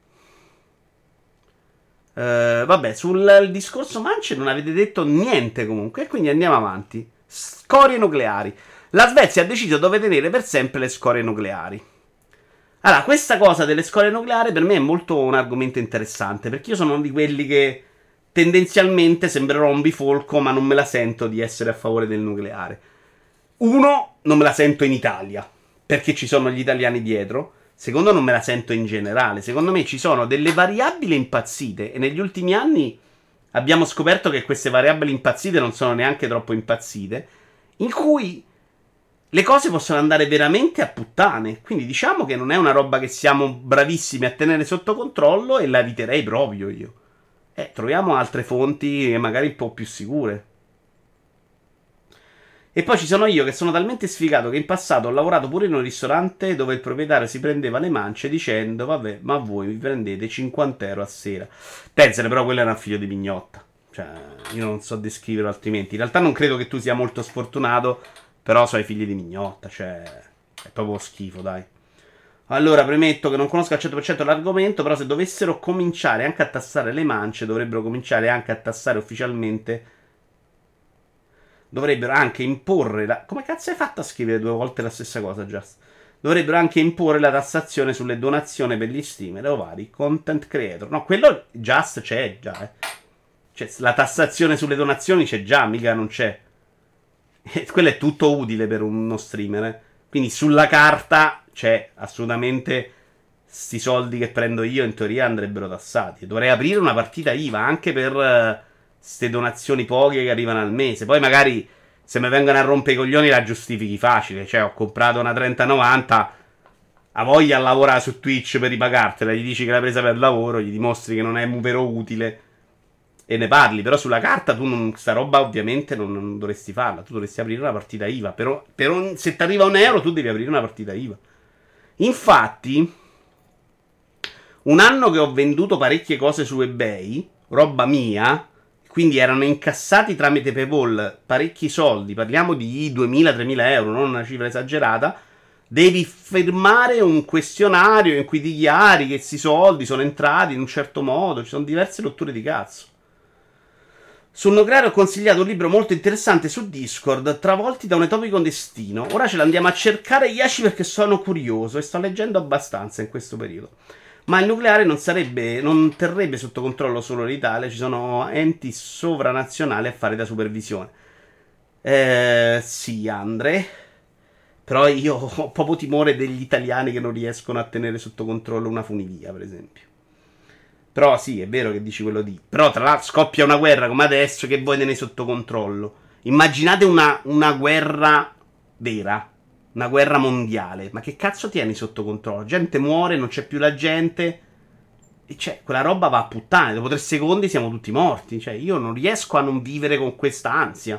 Vabbè, sul discorso mance non avete detto niente comunque, e quindi andiamo avanti. Scorie nucleari. La Svezia ha deciso dove tenere per sempre le scorie nucleari. Allora, questa cosa delle scorie nucleari per me è molto un argomento interessante, perché io sono uno di quelli che tendenzialmente sembrerò un bifolco, ma non me la sento di essere a favore del nucleare. Uno, non me la sento in Italia, perché ci sono gli italiani dietro. Secondo, non me la sento in generale. Secondo me ci sono delle variabili impazzite e negli ultimi anni abbiamo scoperto che queste variabili impazzite non sono neanche troppo impazzite, in cui le cose possono andare veramente a puttane. Quindi diciamo che non è una roba che siamo bravissimi a tenere sotto controllo e la eviterei proprio io. Troviamo altre fonti magari un po' più sicure. E poi ci sono io che sono talmente sfigato che in passato ho lavorato pure in un ristorante dove il proprietario si prendeva le mance dicendo vabbè, ma voi vi prendete 50 euro a sera. Pensate, però quello era un figlio di mignotta. Cioè, io non so descriverlo altrimenti. In realtà non credo che tu sia molto sfortunato, però so i figli di mignotta, cioè è proprio schifo, dai. Allora, premetto che non conosco al 100% l'argomento, però se dovessero cominciare anche a tassare le mance, dovrebbero cominciare anche a tassare ufficialmente. Dovrebbero anche imporre come cazzo hai fatto a scrivere 2 volte la stessa cosa, Just? Dovrebbero anche imporre la tassazione sulle donazioni per gli streamer o vari content creator. No, quello Just c'è già, Cioè, la tassazione sulle donazioni c'è già, mica non c'è. E quello è tutto utile per uno streamer. Quindi sulla carta c'è assolutamente sti soldi che prendo io in teoria andrebbero tassati. Dovrei aprire una partita IVA anche per ste donazioni poche che arrivano al mese. Poi magari se mi vengono a rompere i coglioni la giustifichi facile. Cioè ho comprato una 3090, ha voglia a lavorare su Twitch per ripagartela, gli dici che l'hai presa per lavoro, gli dimostri che non è un vero utile e ne parli. Però sulla carta tu sta roba ovviamente non dovresti farla. Tu dovresti aprire una partita IVA. Se ti arriva un euro tu devi aprire una partita IVA. Infatti, un anno che ho venduto parecchie cose su eBay, roba mia, quindi erano incassati tramite PayPal parecchi soldi, parliamo di 2.000-3.000 euro, non una cifra esagerata. Devi firmare un questionario in cui dichiari che questi soldi sono entrati in un certo modo. Ci sono diverse rotture di cazzo. Sul nucleare ho consigliato un libro molto interessante su Discord, Travolti da un etopico destino. Ora ce l'andiamo a cercare, Yashi, perché sono curioso e sto leggendo abbastanza in questo periodo. Ma il nucleare non terrebbe sotto controllo solo l'Italia, ci sono enti sovranazionali a fare da supervisione. Sì, Andre. Però io ho proprio timore degli italiani che non riescono a tenere sotto controllo una funivia, per esempio. Però sì, è vero che dici quello di. Però tra l'altro scoppia una guerra come adesso che voi tenete sotto controllo. Immaginate una guerra vera. Una guerra mondiale. Ma che cazzo tieni sotto controllo? La gente muore, non c'è più la gente. E cioè, quella roba va a puttane. Dopo 3 secondi siamo tutti morti. Cioè, io non riesco a non vivere con questa ansia.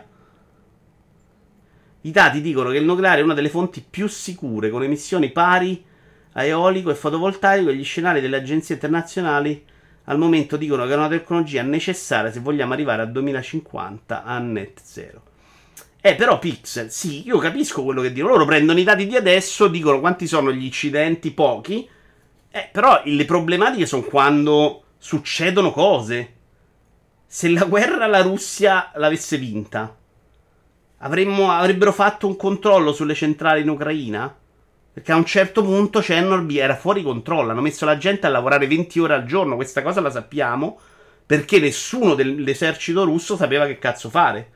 I dati dicono che il nucleare è una delle fonti più sicure, con emissioni pari a eolico e fotovoltaico, e gli scenari delle agenzie internazionali al momento dicono che è una tecnologia necessaria se vogliamo arrivare al 2050 a net zero. Però Pixel, sì, io capisco quello che dicono. Loro prendono i dati di adesso, dicono quanti sono gli incidenti, pochi. Però le problematiche sono quando succedono cose. Se la guerra la Russia l'avesse vinta, avrebbero fatto un controllo sulle centrali in Ucraina? Perché a un certo punto Chernobyl era fuori controllo. Hanno messo la gente a lavorare 20 ore al giorno. Questa cosa la sappiamo perché nessuno dell'esercito russo sapeva che cazzo fare.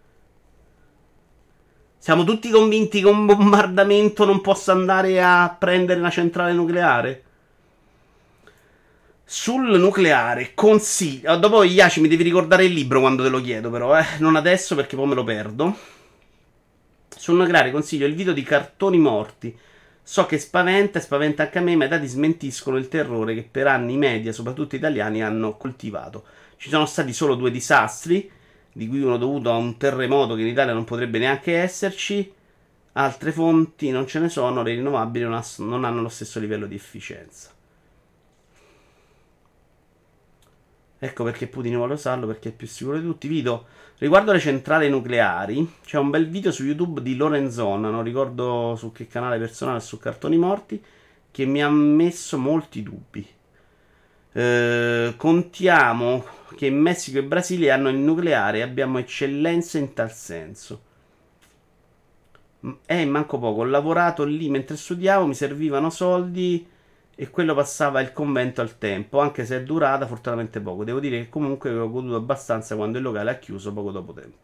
Siamo tutti convinti che un bombardamento non possa andare a prendere una centrale nucleare. Sul nucleare consiglio. Dopo Iaci mi devi ricordare il libro quando te lo chiedo, però, non adesso perché poi me lo perdo. Sul nucleare consiglio il video di Cartoni Morti. So che spaventa anche a me, ma i dati smentiscono il terrore che per anni i media, soprattutto italiani, hanno coltivato. Ci sono stati solo 2 disastri, di cui uno dovuto a un terremoto che in Italia non potrebbe neanche esserci. Altre fonti non ce ne sono, le rinnovabili non hanno lo stesso livello di efficienza. Ecco perché Putin vuole usarlo, perché è più sicuro di tutti. Video riguardo le centrali nucleari, c'è un bel video su YouTube di Lorenzon, non ricordo su che canale personale, su Cartoni Morti, che mi ha messo molti dubbi. Contiamo che Messico e Brasile hanno il nucleare e abbiamo eccellenze in tal senso. Manco poco, ho lavorato lì mentre studiavo, mi servivano soldi e quello passava il convento al tempo, anche se è durata fortunatamente poco. Devo dire che comunque avevo goduto abbastanza quando il locale ha chiuso poco dopo tempo.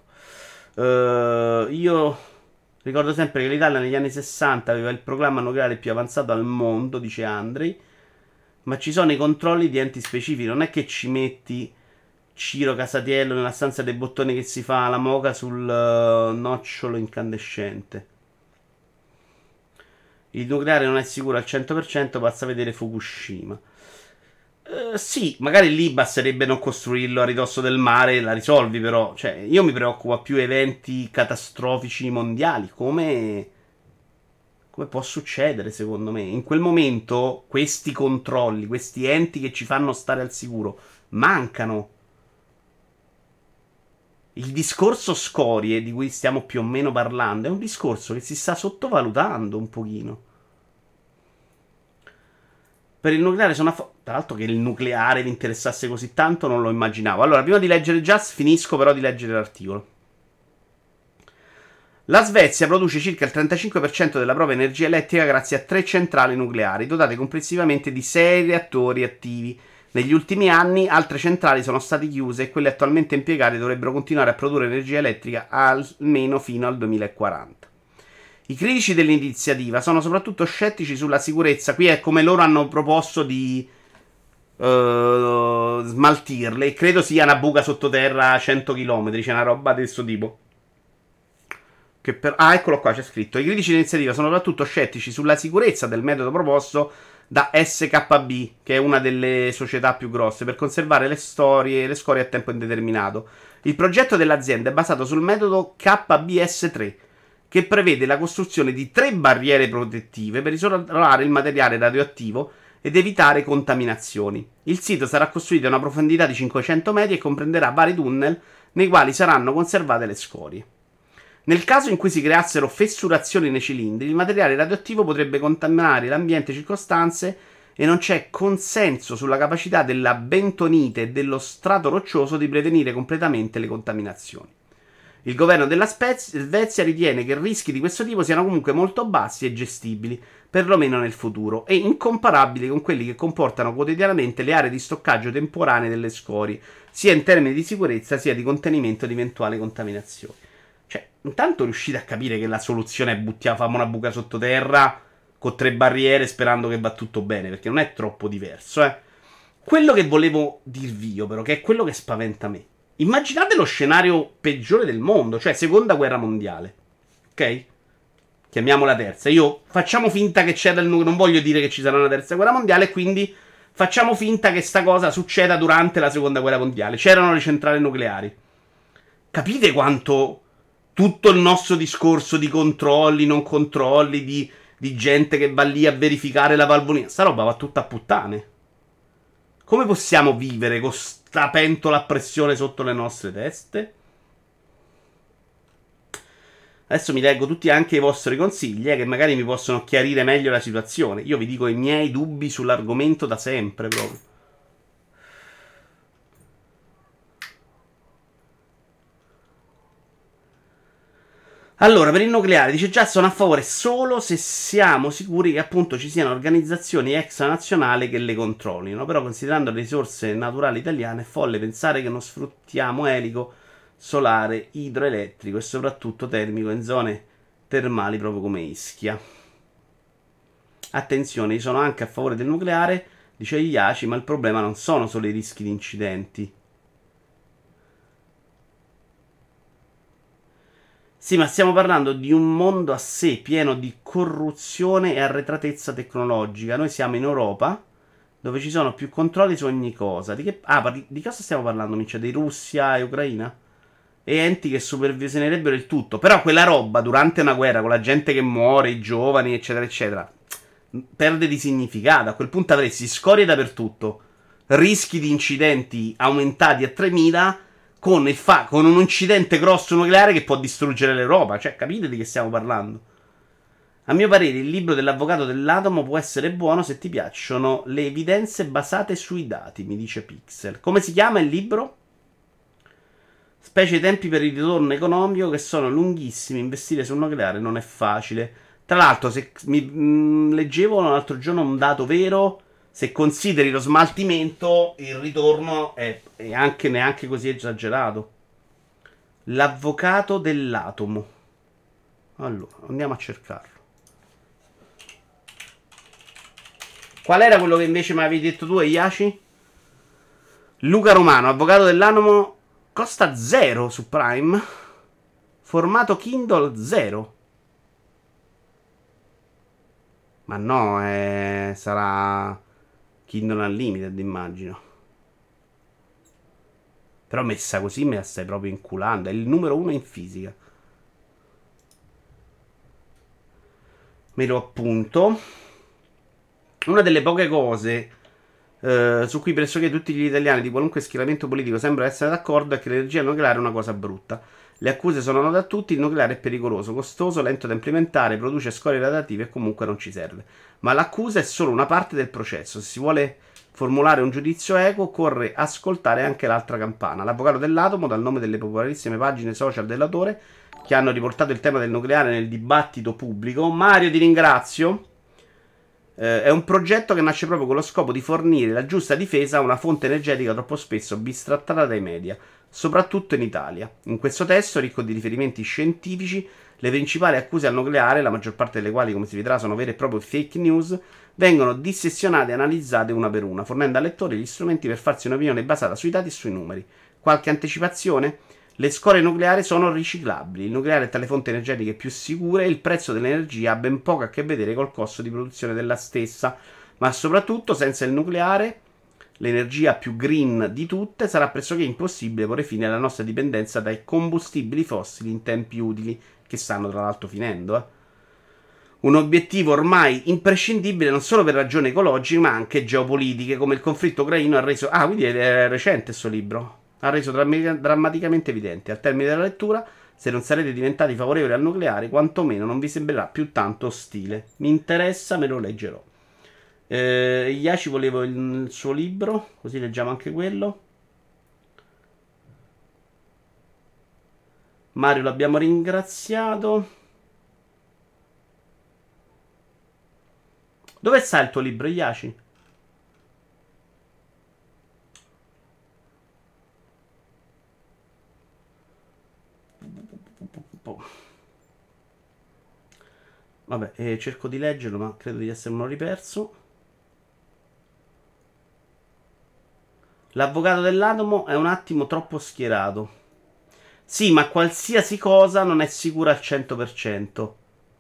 Io ricordo sempre che l'Italia negli anni 60 aveva il programma nucleare più avanzato al mondo, dice Andrei, ma ci sono i controlli di enti specifici. Non è che ci metti Ciro Casatiello nella stanza dei bottoni che si fa la moca sul nocciolo incandescente. Il nucleare non è sicuro al 100%, basta vedere Fukushima. Sì, magari lì basterebbe non costruirlo a ridosso del mare e la risolvi, però. Cioè, io mi preoccupo più eventi catastrofici mondiali, come può succedere, secondo me. In quel momento, questi controlli, questi enti che ci fanno stare al sicuro, mancano. Il discorso scorie di cui stiamo più o meno parlando è un discorso che si sta sottovalutando un pochino. Per il nucleare sono tra l'altro che il nucleare vi interessasse così tanto non lo immaginavo. Allora, prima di leggere Just, finisco però di leggere l'articolo. La Svezia produce circa il 35% della propria energia elettrica grazie a 3 centrali nucleari, dotate complessivamente di 6 reattori attivi, Negli ultimi anni altre centrali sono state chiuse e quelle attualmente impiegate dovrebbero continuare a produrre energia elettrica almeno fino al 2040. I critici dell'iniziativa sono soprattutto scettici sulla sicurezza. Qui è come loro hanno proposto di smaltirle. Credo sia una buca sottoterra a 100 km. C'è una roba di questo tipo. Eccolo qua, c'è scritto. I critici dell'iniziativa sono soprattutto scettici sulla sicurezza del metodo proposto da SKB, che è una delle società più grosse, per conservare le scorie a tempo indeterminato. Il progetto dell'azienda è basato sul metodo KBS3, che prevede la costruzione di 3 barriere protettive per isolare il materiale radioattivo ed evitare contaminazioni. Il sito sarà costruito a una profondità di 500 metri e comprenderà vari tunnel nei quali saranno conservate le scorie. Nel caso in cui si creassero fessurazioni nei cilindri, il materiale radioattivo potrebbe contaminare l'ambiente circostante e non c'è consenso sulla capacità della bentonite e dello strato roccioso di prevenire completamente le contaminazioni. Il governo della Svezia ritiene che rischi di questo tipo siano comunque molto bassi e gestibili, perlomeno nel futuro, e incomparabili con quelli che comportano quotidianamente le aree di stoccaggio temporanee delle scorie, sia in termini di sicurezza sia di contenimento di eventuali contaminazioni. Cioè, intanto riuscite a capire che la soluzione è fare una buca sottoterra con 3 barriere sperando che va tutto bene, perché non è troppo diverso, eh. Quello che volevo dirvi io, però, che è quello che spaventa me. Immaginate lo scenario peggiore del mondo, cioè seconda guerra mondiale. Ok? Chiamiamola terza. Facciamo finta che c'è non voglio dire che ci sarà una terza guerra mondiale, quindi facciamo finta che sta cosa succeda durante la seconda guerra mondiale. C'erano le centrali nucleari. Capite quanto tutto il nostro discorso di controlli, non controlli, di gente che va lì a verificare la valvolina, sta roba va tutta a puttane. Come possiamo vivere con sta pentola a pressione sotto le nostre teste? Adesso mi leggo tutti anche i vostri consigli, che magari mi possono chiarire meglio la situazione. Io vi dico i miei dubbi sull'argomento da sempre proprio. Allora, per il nucleare, dice già sono a favore solo se siamo sicuri che appunto ci siano organizzazioni extranazionali che le controllino. Però considerando le risorse naturali italiane è folle pensare che non sfruttiamo elico, solare, idroelettrico e soprattutto termico in zone termali proprio come Ischia. Attenzione, io sono anche a favore del nucleare, dice Iaci, ma il problema non sono solo i rischi di incidenti. Sì, ma stiamo parlando di un mondo a sé pieno di corruzione e arretratezza tecnologica. Noi siamo in Europa, dove ci sono più controlli su ogni cosa. Di cosa stiamo parlando, Mincia? Di Russia e Ucraina? E enti che supervisionerebbero il tutto. Però quella roba, durante una guerra, con la gente che muore, i giovani, eccetera, eccetera, perde di significato. A quel punto avresti scorie dappertutto, rischi di incidenti aumentati a 3000... con un incidente grosso nucleare che può distruggere l'Europa. Cioè, capite di che stiamo parlando? A mio parere, il libro dell'avvocato dell'atomo può essere buono se ti piacciono le evidenze basate sui dati, mi dice Pixel. Come si chiama il libro? Specie i tempi per il ritorno economico che sono lunghissimi, investire sul nucleare non è facile. Tra l'altro, se leggevo l'altro giorno un dato vero, se consideri lo smaltimento, il ritorno è anche neanche così esagerato. L'avvocato dell'atomo. Allora, andiamo a cercarlo. Qual era quello che invece mi avevi detto tu, Iaci? Luca Romano, avvocato dell'atomo, costa 0 su Prime. Formato Kindle 0. Ma no, sarà Kindle Unlimited, immagino. Però messa così me la stai proprio inculando. È il numero 1 in fisica. Me lo appunto. Una delle poche cose su cui pressoché tutti gli italiani di qualunque schieramento politico sembrano essere d'accordo è che l'energia nucleare è una cosa brutta. Le accuse sono note a tutti, il nucleare è pericoloso, costoso, lento da implementare, produce scorie radioattive e comunque non ci serve. Ma l'accusa è solo una parte del processo. Se si vuole formulare un giudizio equo, occorre ascoltare anche l'altra campana. L'avvocato dell'atomo, dal nome delle popolarissime pagine social dell'autore, che hanno riportato il tema del nucleare nel dibattito pubblico. Mario, ti ringrazio. È un progetto che nasce proprio con lo scopo di fornire la giusta difesa a una fonte energetica troppo spesso bistrattata dai media, soprattutto in Italia. In questo testo, ricco di riferimenti scientifici, le principali accuse al nucleare, la maggior parte delle quali, come si vedrà, sono vere e proprie fake news, vengono dissezionate e analizzate una per una, fornendo al lettore gli strumenti per farsi un'opinione basata sui dati e sui numeri. Qualche anticipazione? Le scorie nucleari sono riciclabili, il nucleare è tra le fonti energetiche più sicure e il prezzo dell'energia ha ben poco a che vedere col costo di produzione della stessa, ma soprattutto senza il nucleare, l'energia più green di tutte, sarà pressoché impossibile porre fine alla nostra dipendenza dai combustibili fossili in tempi utili, che stanno tra l'altro finendo. Un obiettivo ormai imprescindibile non solo per ragioni ecologiche ma anche geopolitiche, come il conflitto ucraino ha reso... Ah, quindi è recente questo libro. Ha reso drammaticamente evidente. Al termine della lettura, se non sarete diventati favorevoli al nucleare, quantomeno non vi sembrerà più tanto ostile. Mi interessa, me lo leggerò. Iaci volevo il suo libro, così leggiamo anche quello. Mario l'abbiamo ringraziato. Dove sta il tuo libro, Iaci? Vabbè, cerco di leggerlo, ma credo di essermelo riperso. L'avvocato dell'atomo è un attimo troppo schierato. Sì, ma qualsiasi cosa non è sicura al 100%.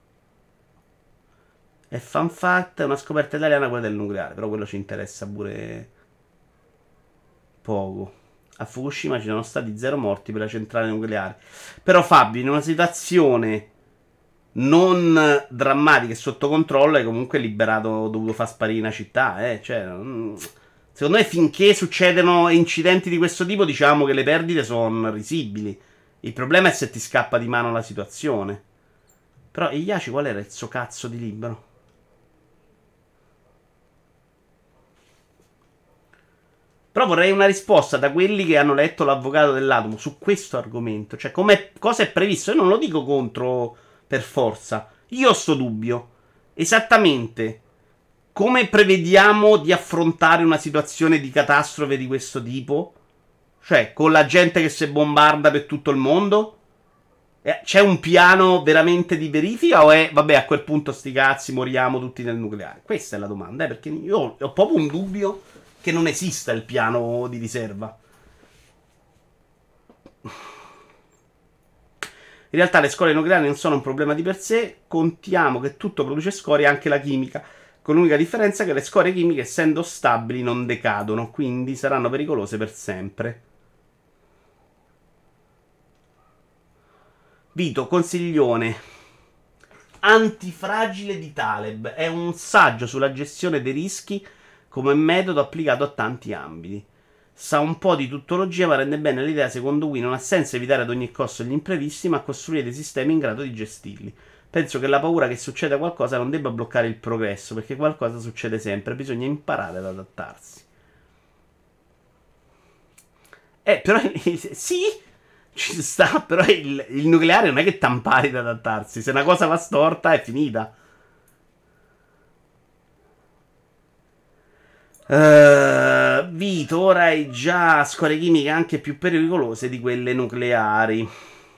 È fan fact, è una scoperta italiana quella del nucleare, però quello ci interessa pure poco. A Fukushima ci sono stati 0 morti per la centrale nucleare. Però Fabio, in una situazione non drammatica e sotto controllo, hai comunque liberato, dovuto far sparire una città, Cioè, secondo me finché succedono incidenti di questo tipo, diciamo che le perdite sono risibili. Il problema è se ti scappa di mano la situazione. Però Iaci qual era il suo cazzo di libro? Però vorrei una risposta da quelli che hanno letto l'avvocato dell'atomo su questo argomento. Cioè, cosa è previsto? Io non lo dico contro per forza. Io ho sto dubbio. Esattamente come prevediamo di affrontare una situazione di catastrofe di questo tipo? Cioè, con la gente che si bombarda per tutto il mondo? C'è un piano veramente di verifica o è, vabbè, a quel punto sti cazzi, moriamo tutti nel nucleare? Questa è la domanda, perché io ho proprio un dubbio che non esista il piano di riserva. In realtà le scorie nucleari non sono un problema di per sé, contiamo che tutto produce scorie, anche la chimica, con l'unica differenza che le scorie chimiche, essendo stabili, non decadono, quindi saranno pericolose per sempre. Vito, consiglione. Antifragile di Taleb è un saggio sulla gestione dei rischi come metodo applicato a tanti ambiti. Sa un po' di tuttologia, ma rende bene l'idea secondo cui non ha senso evitare ad ogni costo gli imprevisti, ma costruire dei sistemi in grado di gestirli. Penso che la paura che succeda qualcosa non debba bloccare il progresso, perché qualcosa succede sempre, bisogna imparare ad adattarsi. Però sì, ci sta, però il nucleare non è che t'ampari ad adattarsi. Se una cosa va storta è finita. Vito, ora hai già scorie chimiche anche più pericolose di quelle nucleari.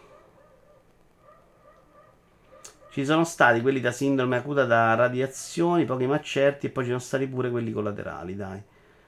Ci sono stati quelli da sindrome acuta da radiazioni, pochi ma certi, e poi ci sono stati pure quelli collaterali, dai.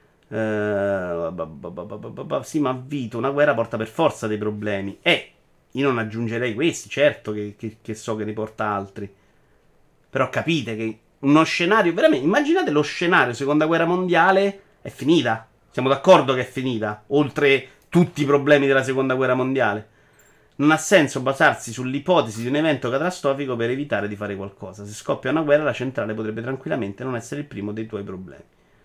Sì, ma Vito, una guerra porta per forza dei problemi. Io non aggiungerei questi, certo che so che ne porta altri. Però capite che uno scenario, veramente, immaginate lo scenario seconda guerra mondiale, è finita. Siamo d'accordo che è finita, oltre tutti i problemi della seconda guerra mondiale. Non ha senso basarsi sull'ipotesi di un evento catastrofico per evitare di fare qualcosa. Se scoppia una guerra, la centrale potrebbe tranquillamente non essere il primo dei tuoi problemi.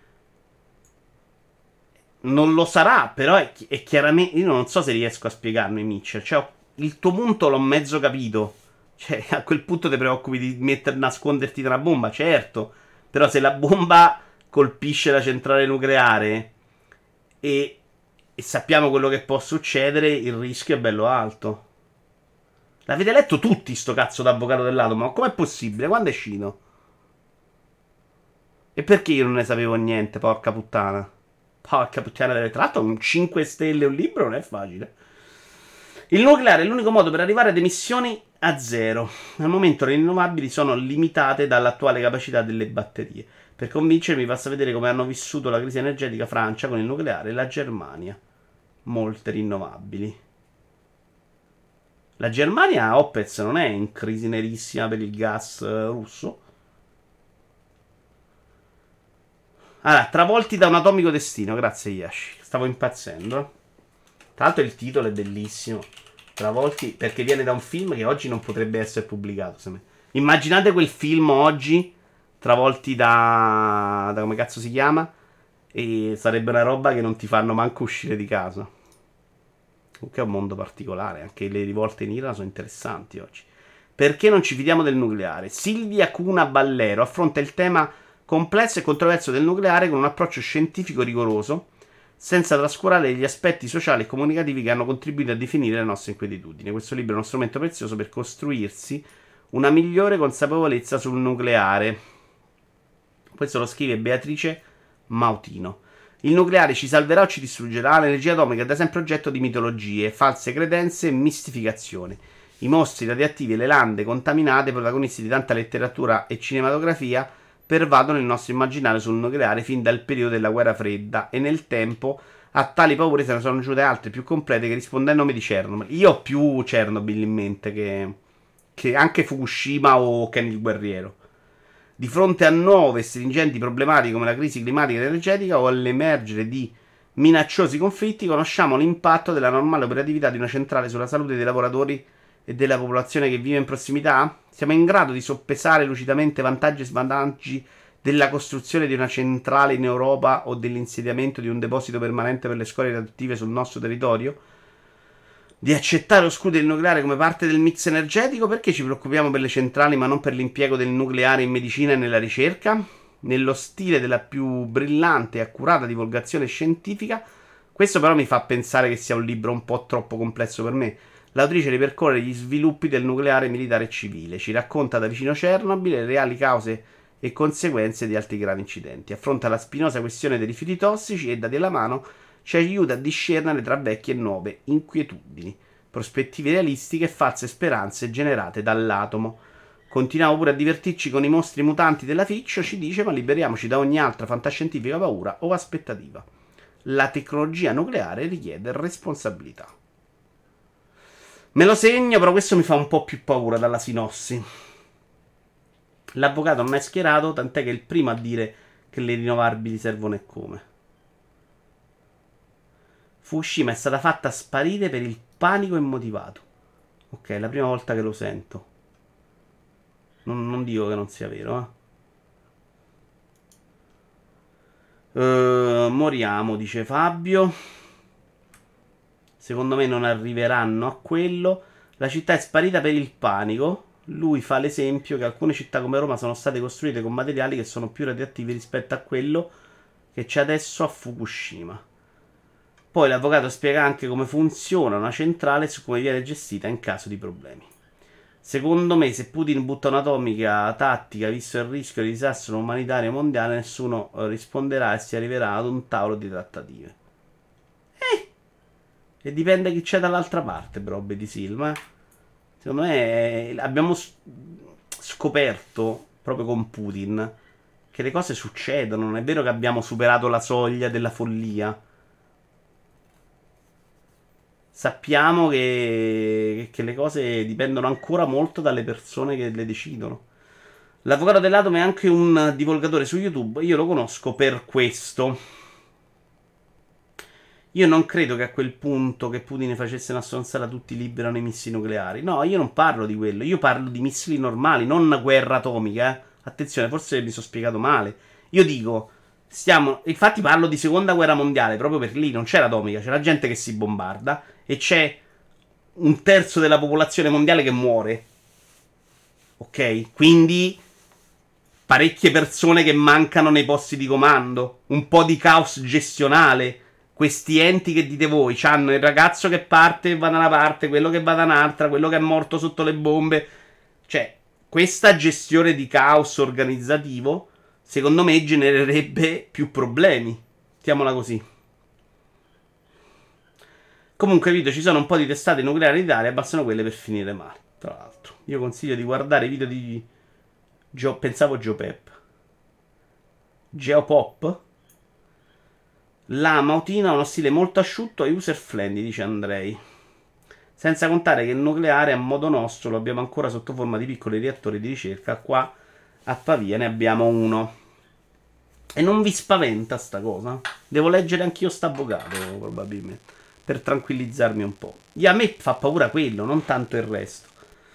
Non lo sarà, però è chiaramente. Io non so se riesco a spiegarmi, Mitchell. Cioè, il tuo punto l'ho mezzo capito. Cioè, a quel punto ti preoccupi di nasconderti tra una bomba, certo. Però se la bomba colpisce la centrale nucleare e, e sappiamo quello che può succedere, il rischio è bello alto. L'avete letto tutti sto cazzo d'avvocato dell'atomo? Ma com'è possibile? Quando è uscito? E perché io non ne sapevo niente, porca puttana? Porca puttana, tra l'altro un 5 stelle un libro non è facile. Il nucleare è l'unico modo per arrivare ad emissioni a zero. Al momento le rinnovabili sono limitate dall'attuale capacità delle batterie. Per convincermi basta vedere come hanno vissuto la crisi energetica Francia con il nucleare e la Germania. Molte rinnovabili. La Germania, Opez, non è in crisi nerissima per il gas russo? Allora, travolti da un atomico destino, grazie Yashi. Stavo impazzendo. Tra l'altro il titolo è bellissimo. Travolti perché viene da un film che oggi non potrebbe essere pubblicato. Immaginate quel film oggi, travolti da come cazzo si chiama? E sarebbe una roba che non ti fanno manco uscire di casa. Comunque è un mondo particolare. Anche le rivolte in Iran sono interessanti oggi. Perché non ci fidiamo del nucleare? Silvia Cuna Ballero affronta il tema complesso e controverso del nucleare con un approccio scientifico rigoroso, senza trascurare gli aspetti sociali e comunicativi che hanno contribuito a definire le nostre inquietudini. Questo libro è uno strumento prezioso per costruirsi una migliore consapevolezza sul nucleare. Questo lo scrive Beatrice Mautino. Il nucleare ci salverà o ci distruggerà? L'energia atomica è da sempre oggetto di mitologie, false credenze e mistificazione. I mostri radioattivi e le lande contaminate, protagonisti di tanta letteratura e cinematografia, pervadono il nostro immaginario sul nucleare fin dal periodo della guerra fredda e nel tempo a tali paure se ne sono aggiunte altre più complete che rispondono al nome di Chernobyl. Io ho più Chernobyl in mente che anche Fukushima o Ken il guerriero. Di fronte a nuove e stringenti problematiche come la crisi climatica ed energetica o all'emergere di minacciosi conflitti, conosciamo l'impatto della normale operatività di una centrale sulla salute dei lavoratori e della popolazione che vive in prossimità? Siamo in grado di soppesare lucidamente vantaggi e svantaggi della costruzione di una centrale in Europa o dell'insediamento di un deposito permanente per le scorie radioattive sul nostro territorio? Di accettare o escludere il nucleare come parte del mix energetico? Perché ci preoccupiamo per le centrali ma non per l'impiego del nucleare in medicina e nella ricerca? Nello stile della più brillante e accurata divulgazione scientifica, questo però mi fa pensare che sia un libro un po' troppo complesso per me. L'autrice ripercorre gli sviluppi del nucleare militare e civile, ci racconta da vicino Chernobyl le reali cause e conseguenze di altri gravi incidenti, affronta la spinosa questione dei rifiuti tossici e, dati alla mano, ci aiuta a discernere tra vecchie e nuove inquietudini, prospettive realistiche e false speranze generate dall'atomo. Continuiamo pure a divertirci con i mostri mutanti della fiction, ci dice, ma liberiamoci da ogni altra fantascientifica paura o aspettativa. La tecnologia nucleare richiede responsabilità. Me lo segno, però questo mi fa un po' più paura dalla sinossi. L'avvocato non è schierato, tant'è che è il primo a dire che le rinnovabili servono e come. Fukushima è stata fatta sparire per il panico immotivato. Ok, è la prima volta che lo sento. Non dico che non sia vero, moriamo, dice Fabio. Secondo me non arriveranno a quello. La città è sparita per il panico. Lui fa l'esempio che alcune città come Roma sono state costruite con materiali che sono più radioattivi rispetto a quello che c'è adesso a Fukushima. Poi l'avvocato spiega anche come funziona una centrale e su come viene gestita in caso di problemi. Secondo me, se Putin butta un'atomica tattica, visto il rischio di disastro umanitario mondiale, nessuno risponderà e si arriverà ad un tavolo di trattative. E dipende chi c'è dall'altra parte, Brobe di Silva. Secondo me abbiamo scoperto, proprio con Putin, che le cose succedono. Non è vero che abbiamo superato la soglia della follia. Sappiamo che le cose dipendono ancora molto dalle persone che le decidono. L'avvocato dell'atomo è anche un divulgatore su YouTube. Io lo conosco per questo. Io non credo che a quel punto che Putin facesse una stronzata tutti liberano i missili nucleari. No, io non parlo di quello. Io parlo di missili normali, non guerra atomica. Attenzione, forse mi sono spiegato male. Io dico, infatti parlo di seconda guerra mondiale, proprio perché lì non c'era atomica, c'era gente che si bombarda e c'è un terzo della popolazione mondiale che muore. Ok? Quindi parecchie persone che mancano nei posti di comando, un po' di caos gestionale. Questi enti che dite voi hanno il ragazzo che parte e va da una parte, quello che va da un'altra, quello che è morto sotto le bombe. Cioè, questa gestione di caos organizzativo secondo me genererebbe più problemi. Mettiamola così. Comunque, video, ci sono un po' di testate nucleari in Italia, bastano quelle per finire male. Tra l'altro, io consiglio di guardare i video di pensavo Geopep. Geopop. La Mautina ha uno stile molto asciutto e user friendly, dice Andrei. Senza contare che il nucleare a modo nostro lo abbiamo ancora sotto forma di piccoli reattori di ricerca. Qua a Pavia ne abbiamo uno. E non vi spaventa sta cosa? Devo leggere anch'io sta avvocato, probabilmente, per tranquillizzarmi un po'. A me fa paura quello, non tanto il resto.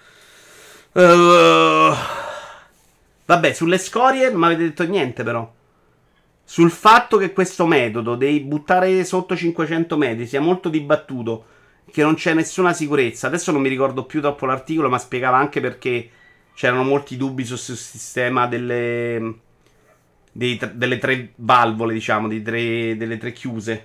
Vabbè, sulle scorie non mi avete detto niente, però. Sul fatto che questo metodo dei buttare sotto 500 metri sia molto dibattuto, che non c'è nessuna sicurezza. Adesso non mi ricordo più troppo l'articolo, ma spiegava anche perché c'erano molti dubbi sul sistema delle tre valvole, diciamo, delle tre chiuse.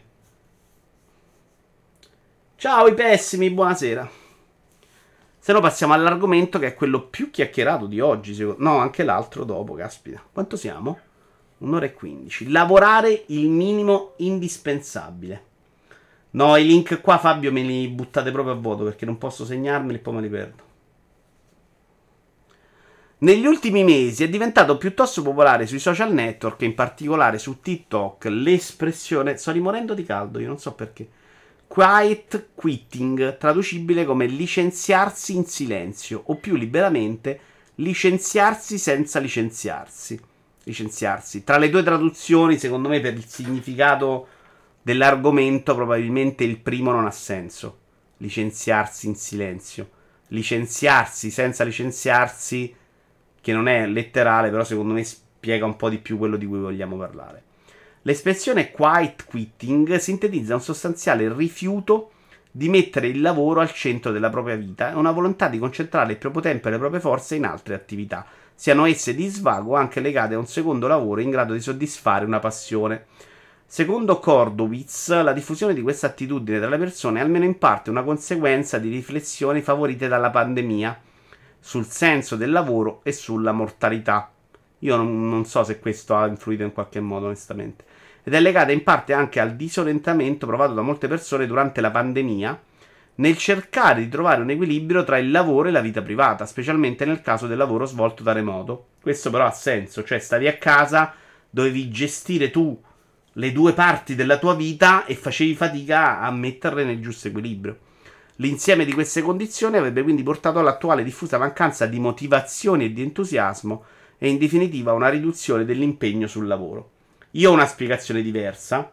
Ciao i pessimi, buonasera. Se no passiamo all'argomento che è quello più chiacchierato di oggi. No, anche l'altro dopo, caspita. Quanto siamo? 1 ora e 15. Lavorare il minimo indispensabile. No, i link qua, Fabio, me li buttate proprio a vuoto perché non posso segnarmeli e poi me li perdo. Negli ultimi mesi è diventato piuttosto popolare sui social network, in particolare su TikTok, l'espressione, sto rimorendo di caldo, io non so perché, quiet quitting, traducibile come licenziarsi in silenzio, o più liberamente, licenziarsi senza licenziarsi. Tra le due traduzioni, secondo me, per il significato dell'argomento, probabilmente il primo non ha senso. Licenziarsi in silenzio. Licenziarsi senza licenziarsi, che non è letterale, però secondo me spiega un po' di più quello di cui vogliamo parlare. L'espressione quiet quitting sintetizza un sostanziale rifiuto di mettere il lavoro al centro della propria vita e una volontà di concentrare il proprio tempo e le proprie forze in altre attività, siano esse di svago o anche legate a un secondo lavoro in grado di soddisfare una passione. Secondo Kordowitz, la diffusione di questa attitudine tra le persone è almeno in parte una conseguenza di riflessioni favorite dalla pandemia sul senso del lavoro e sulla mortalità. Io non so se questo ha influito in qualche modo, onestamente. Ed è legata in parte anche al disorientamento provato da molte persone durante la pandemia nel cercare di trovare un equilibrio tra il lavoro e la vita privata, specialmente nel caso del lavoro svolto da remoto. Questo però ha senso, cioè stavi a casa, dovevi gestire tu le due parti della tua vita e facevi fatica a metterle nel giusto equilibrio. L'insieme di queste condizioni avrebbe quindi portato all'attuale diffusa mancanza di motivazione e di entusiasmo e in definitiva una riduzione dell'impegno sul lavoro. Io ho una spiegazione diversa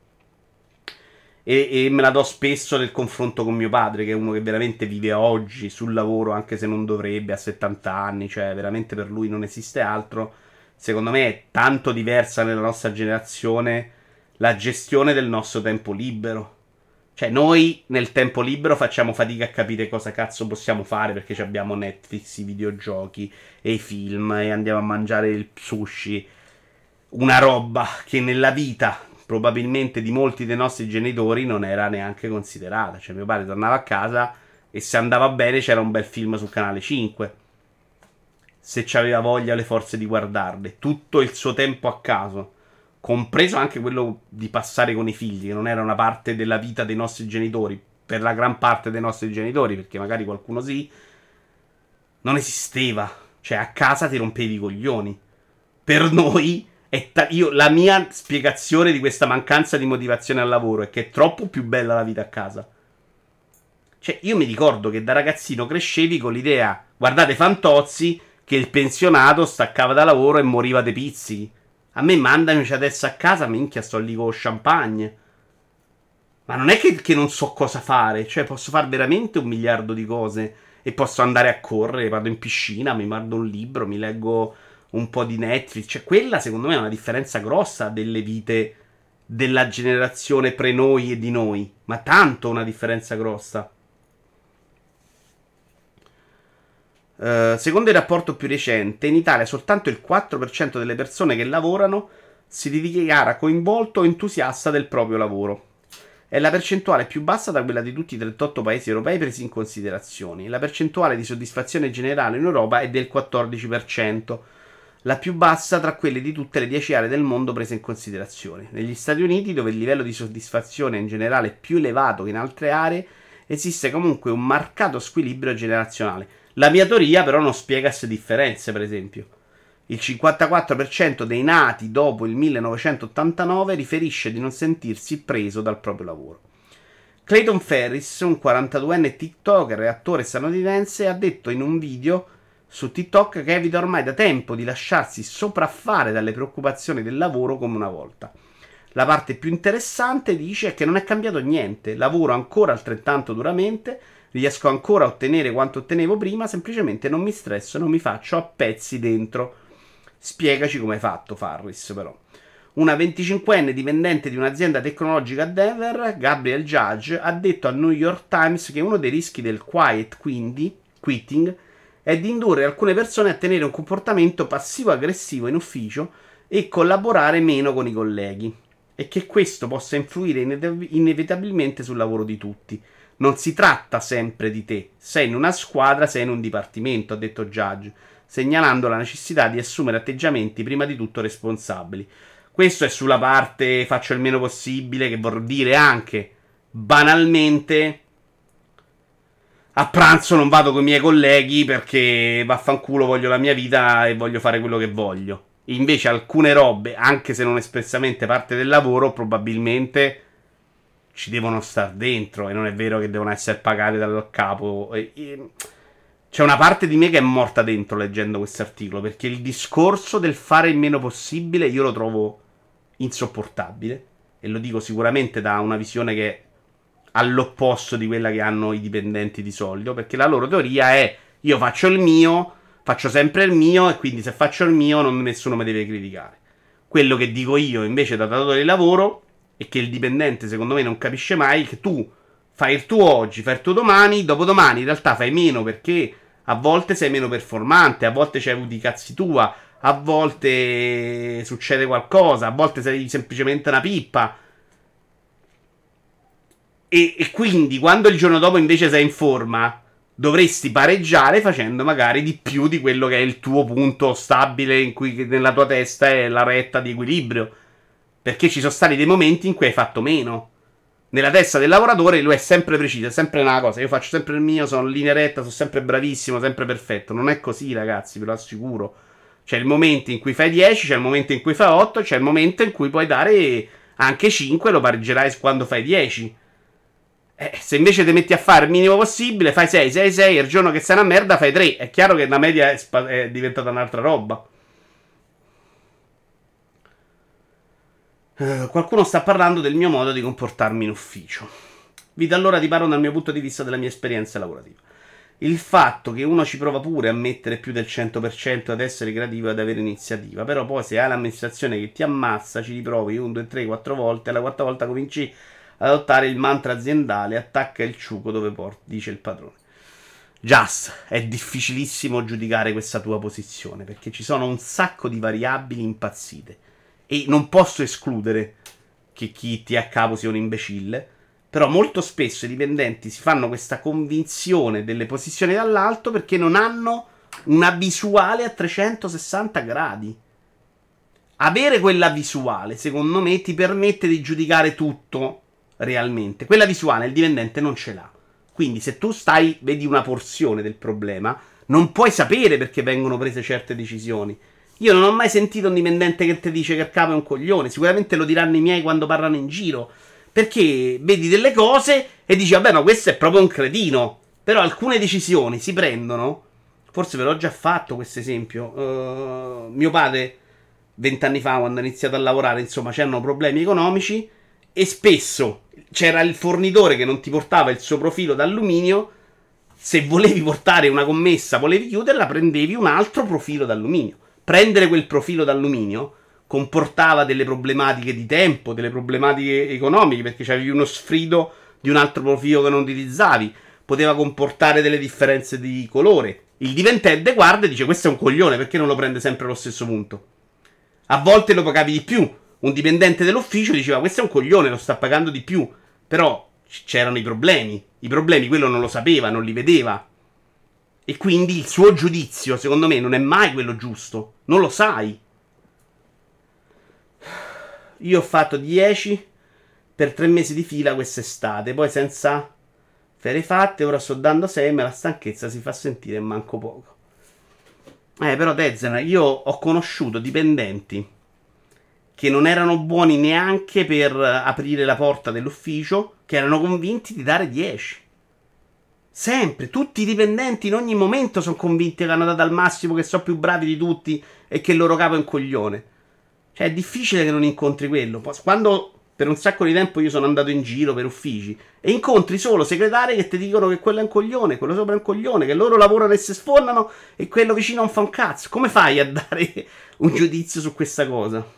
e me la do spesso nel confronto con mio padre, che è uno che veramente vive oggi sul lavoro, anche se non dovrebbe, a 70 anni, cioè veramente per lui non esiste altro. Secondo me è tanto diversa nella nostra generazione la gestione del nostro tempo libero. Cioè noi nel tempo libero facciamo fatica a capire cosa cazzo possiamo fare, perché abbiamo Netflix, i videogiochi e i film e andiamo a mangiare il sushi. Una roba che nella vita probabilmente di molti dei nostri genitori non era neanche considerata. Cioè mio padre tornava a casa e se andava bene c'era un bel film su Canale 5, se c'aveva voglia le forze di guardarle, tutto il suo tempo a caso, compreso anche quello di passare con i figli, che non era una parte della vita dei nostri genitori, per la gran parte dei nostri genitori, perché magari qualcuno sì, non esisteva. Cioè a casa ti rompevi i coglioni. Per noi la mia spiegazione di questa mancanza di motivazione al lavoro è che è troppo più bella la vita a casa. Cioè io mi ricordo che da ragazzino crescevi con l'idea, guardate Fantozzi, che il pensionato staccava da lavoro e moriva dei pizzichi. A me mandami adesso a casa, minchia, sto lì con champagne. Ma non è che non so cosa fare. Cioè posso fare veramente 1 miliardo di cose. E posso andare a correre, vado in piscina, mi guardo un libro, mi leggo un po' di Netflix. Cioè quella secondo me è una differenza grossa delle vite della generazione pre noi e di noi. Ma tanto una differenza grossa. Secondo il rapporto più recente, in Italia soltanto il 4% delle persone che lavorano si dichiara coinvolto o entusiasta del proprio lavoro. È la percentuale più bassa da quella di tutti i 38 paesi europei presi in considerazione. La percentuale di soddisfazione generale in Europa è del 14%. la più bassa tra quelle di tutte le 10 aree del mondo prese in considerazione. Negli Stati Uniti, dove il livello di soddisfazione in generale è più elevato che in altre aree, esiste comunque un marcato squilibrio generazionale. La mia teoria però non spiega queste differenze, per esempio. Il 54% dei nati dopo il 1989 riferisce di non sentirsi preso dal proprio lavoro. Clayton Ferris, un 42enne TikToker e attore statunitense, ha detto in un video su TikTok che evita ormai da tempo di lasciarsi sopraffare dalle preoccupazioni del lavoro come una volta. La parte più interessante, dice, è che non è cambiato niente. Lavoro ancora altrettanto duramente, riesco ancora a ottenere quanto ottenevo prima, semplicemente non mi stresso, non mi faccio a pezzi dentro. Spiegaci come hai fatto, Farris, però. Una 25enne dipendente di un'azienda tecnologica a Denver, Gabriel Judge, ha detto al New York Times che uno dei rischi del quitting è di indurre alcune persone a tenere un comportamento passivo-aggressivo in ufficio e collaborare meno con i colleghi, e che questo possa influire inevitabilmente sul lavoro di tutti. Non si tratta sempre di te, sei in una squadra, sei in un dipartimento, ha detto Judge, segnalando la necessità di assumere atteggiamenti prima di tutto responsabili. Questo è sulla parte faccio il meno possibile, che vuol dire anche, banalmente, a pranzo non vado con i miei colleghi perché vaffanculo, voglio la mia vita e voglio fare quello che voglio. Invece alcune robe, anche se non espressamente parte del lavoro, probabilmente ci devono star dentro, e non è vero che devono essere pagate dal capo. C'è una parte di me che è morta dentro leggendo questo articolo, perché il discorso del fare il meno possibile io lo trovo insopportabile, e lo dico sicuramente da una visione che è all'opposto di quella che hanno i dipendenti di solito, perché la loro teoria è: io faccio il mio, faccio sempre il mio, e quindi se faccio il mio nessuno mi deve criticare. Quello che dico io invece da datore di lavoro, e che il dipendente secondo me non capisce mai, che tu fai il tuo oggi, fai il tuo domani, dopodomani in realtà fai meno perché a volte sei meno performante, a volte c'hai avuto i cazzi tua, a volte succede qualcosa, a volte sei semplicemente una pippa. E quindi quando il giorno dopo invece sei in forma, dovresti pareggiare facendo magari di più di quello che è il tuo punto stabile, in cui nella tua testa è la retta di equilibrio. Perché ci sono stati dei momenti in cui hai fatto meno. Nella testa del lavoratore lui è sempre preciso, è sempre una cosa: io faccio sempre il mio, sono in linea retta, sono sempre bravissimo, sempre perfetto. Non è così, ragazzi, ve lo assicuro. C'è il momento in cui fai 10, c'è il momento in cui fai 8, c'è il momento in cui puoi dare anche 5, lo pareggerai quando fai 10. Se invece ti metti a fare il minimo possibile, fai 6, 6, 6, e il giorno che sei una merda fai 3. È chiaro che la media è diventata un'altra roba. Qualcuno sta parlando del mio modo di comportarmi in ufficio. Vito, allora ti parlo dal mio punto di vista della mia esperienza lavorativa. Il fatto che uno ci prova pure a mettere più del 100% ad essere creativo e ad avere iniziativa, però poi se hai l'amministrazione che ti ammazza, ci riprovi 1, 2, 3, 4 volte, alla quarta volta cominci ad adottare il mantra aziendale: attacca il ciuco dove porti, dice il padrone. Just, è difficilissimo giudicare questa tua posizione, perché ci sono un sacco di variabili impazzite, e non posso escludere che chi ti è a capo sia un imbecille, però molto spesso i dipendenti si fanno questa convinzione delle posizioni dall'alto perché non hanno una visuale a 360 gradi. Avere quella visuale, secondo me, ti permette di giudicare tutto realmente. Quella visuale il dipendente non ce l'ha. Quindi se tu vedi una porzione del problema, non puoi sapere perché vengono prese certe decisioni. Io non ho mai sentito un dipendente che ti dice che il capo è un coglione. Sicuramente lo diranno i miei quando parlano in giro, perché vedi delle cose e dici vabbè, ma questo è proprio un cretino. Però alcune decisioni si prendono. Forse ve l'ho già fatto questo esempio. Mio padre 20 anni fa, quando ha iniziato a lavorare, insomma, c'erano problemi economici e spesso c'era il fornitore che non ti portava il suo profilo d'alluminio. Se volevi portare una commessa, volevi chiuderla, prendevi un altro profilo d'alluminio. Prendere quel profilo d'alluminio comportava delle problematiche di tempo, delle problematiche economiche, perché c'avevi uno sfrido di un altro profilo che non utilizzavi, poteva comportare delle differenze di colore. Il dipendente guarda e dice: questo è un coglione, perché non lo prende sempre allo stesso punto? A volte lo pagavi di più. Un dipendente dell'ufficio diceva: questo è un coglione, lo sta pagando di più. Però c'erano i problemi. I problemi quello non lo sapeva, non li vedeva. E quindi il suo giudizio, secondo me, non è mai quello giusto. Non lo sai. Io ho fatto 10 per 3 mesi di fila quest'estate, poi senza ferie fatte, ora sto dando 6, ma la stanchezza si fa sentire e manco poco. Però Tezen, io ho conosciuto dipendenti che non erano buoni neanche per aprire la porta dell'ufficio, che erano convinti di dare 10. Sempre, tutti i dipendenti in ogni momento sono convinti che hanno dato al massimo, che sono più bravi di tutti e che il loro capo è un coglione. Cioè, è difficile che non incontri quello. Quando per un sacco di tempo io sono andato in giro per uffici e incontri solo segretari che ti dicono che quello è un coglione, quello sopra è un coglione, che loro lavorano e si sfondano e quello vicino non fa un cazzo. Come fai a dare un giudizio su questa cosa?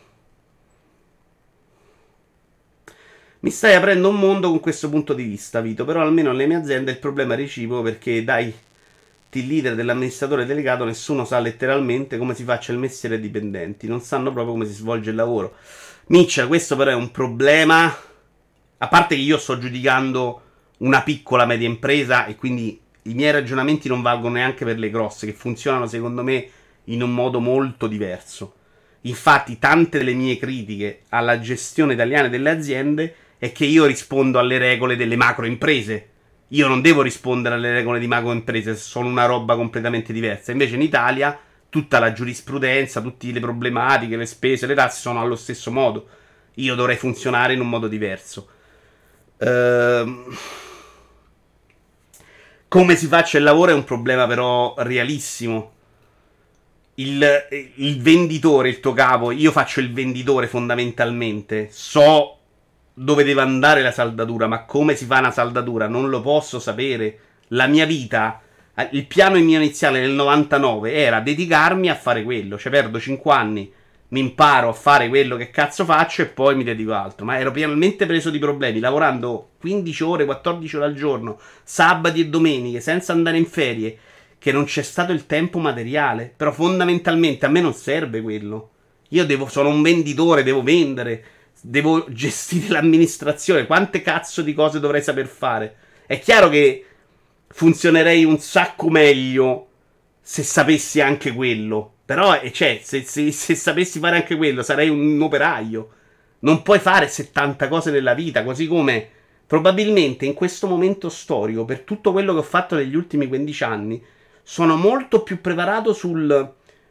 Mi stai aprendo un mondo con questo punto di vista, Vito, però almeno nelle mie aziende il problema è reciproco perché dai team leader dell'amministratore delegato nessuno sa letteralmente come si faccia il mestiere ai dipendenti, non sanno proprio come si svolge il lavoro. Miccia, questo però è un problema, a parte che io sto giudicando una piccola media impresa e quindi i miei ragionamenti non valgono neanche per le grosse, che funzionano secondo me in un modo molto diverso. Infatti tante delle mie critiche alla gestione italiana delle aziende è che io rispondo alle regole delle macro imprese. Io non devo rispondere alle regole di macro imprese, sono una roba completamente diversa. Invece in Italia tutta la giurisprudenza, tutte le problematiche, le spese, le tasse sono allo stesso modo. Io dovrei funzionare in un modo diverso. Come si faccia il lavoro è un problema però realissimo. Il venditore, il tuo capo, io faccio il venditore fondamentalmente, so dove deve andare la saldatura, ma come si fa una saldatura non lo posso sapere. La mia vita, il piano mio iniziale nel 99 era dedicarmi a fare quello, cioè perdo 5 anni, mi imparo a fare quello che cazzo faccio e poi mi dedico a altro, ma ero pienamente preso di problemi, lavorando 15 ore, 14 ore al giorno, sabati e domeniche, senza andare in ferie, che non c'è stato il tempo materiale. Però fondamentalmente a me non serve quello. Sono un venditore, devo vendere, devo gestire l'amministrazione. Quante cazzo di cose dovrei saper fare? È chiaro che funzionerei un sacco meglio se sapessi anche quello. Però, cioè, se sapessi fare anche quello, sarei un operaio. Non puoi fare 70 cose nella vita, così come probabilmente in questo momento storico, per tutto quello che ho fatto negli ultimi 15 anni, sono molto più preparato sulla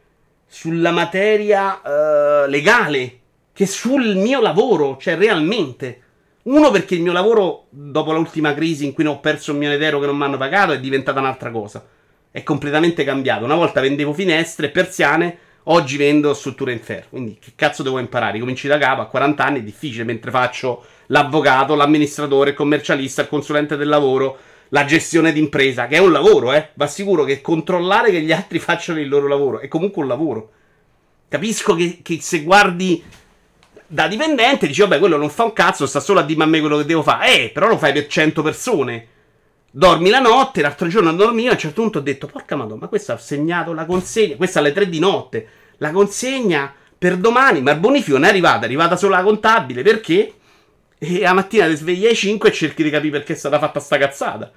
materia legale che sul mio lavoro, cioè realmente. Uno, perché il mio lavoro, dopo l'ultima crisi in cui ne ho perso un milione d'euro che non mi hanno pagato, è diventata un'altra cosa. È completamente cambiato. Una volta vendevo finestre e persiane, oggi vendo strutture in ferro. Quindi che cazzo devo imparare? Cominci da capo, a 40 anni è difficile, mentre faccio l'avvocato, l'amministratore, il commercialista, il consulente del lavoro, la gestione d'impresa, che è un lavoro, Va sicuro che controllare che gli altri facciano il loro lavoro è comunque un lavoro. Capisco che se guardi da dipendente dici, vabbè, quello non fa un cazzo, sta solo a dirmi a me quello che devo fare. Però lo fai per 100 persone. Dormi la notte, l'altro giorno dormivo, a un certo punto ho detto, porca madonna, ma questo ha segnato la consegna, questa alle 3 di notte, la consegna per domani, ma il bonifico non è arrivata solo la contabile, perché? E la mattina ti svegli alle 5 e cerchi di capire perché è stata fatta sta cazzata.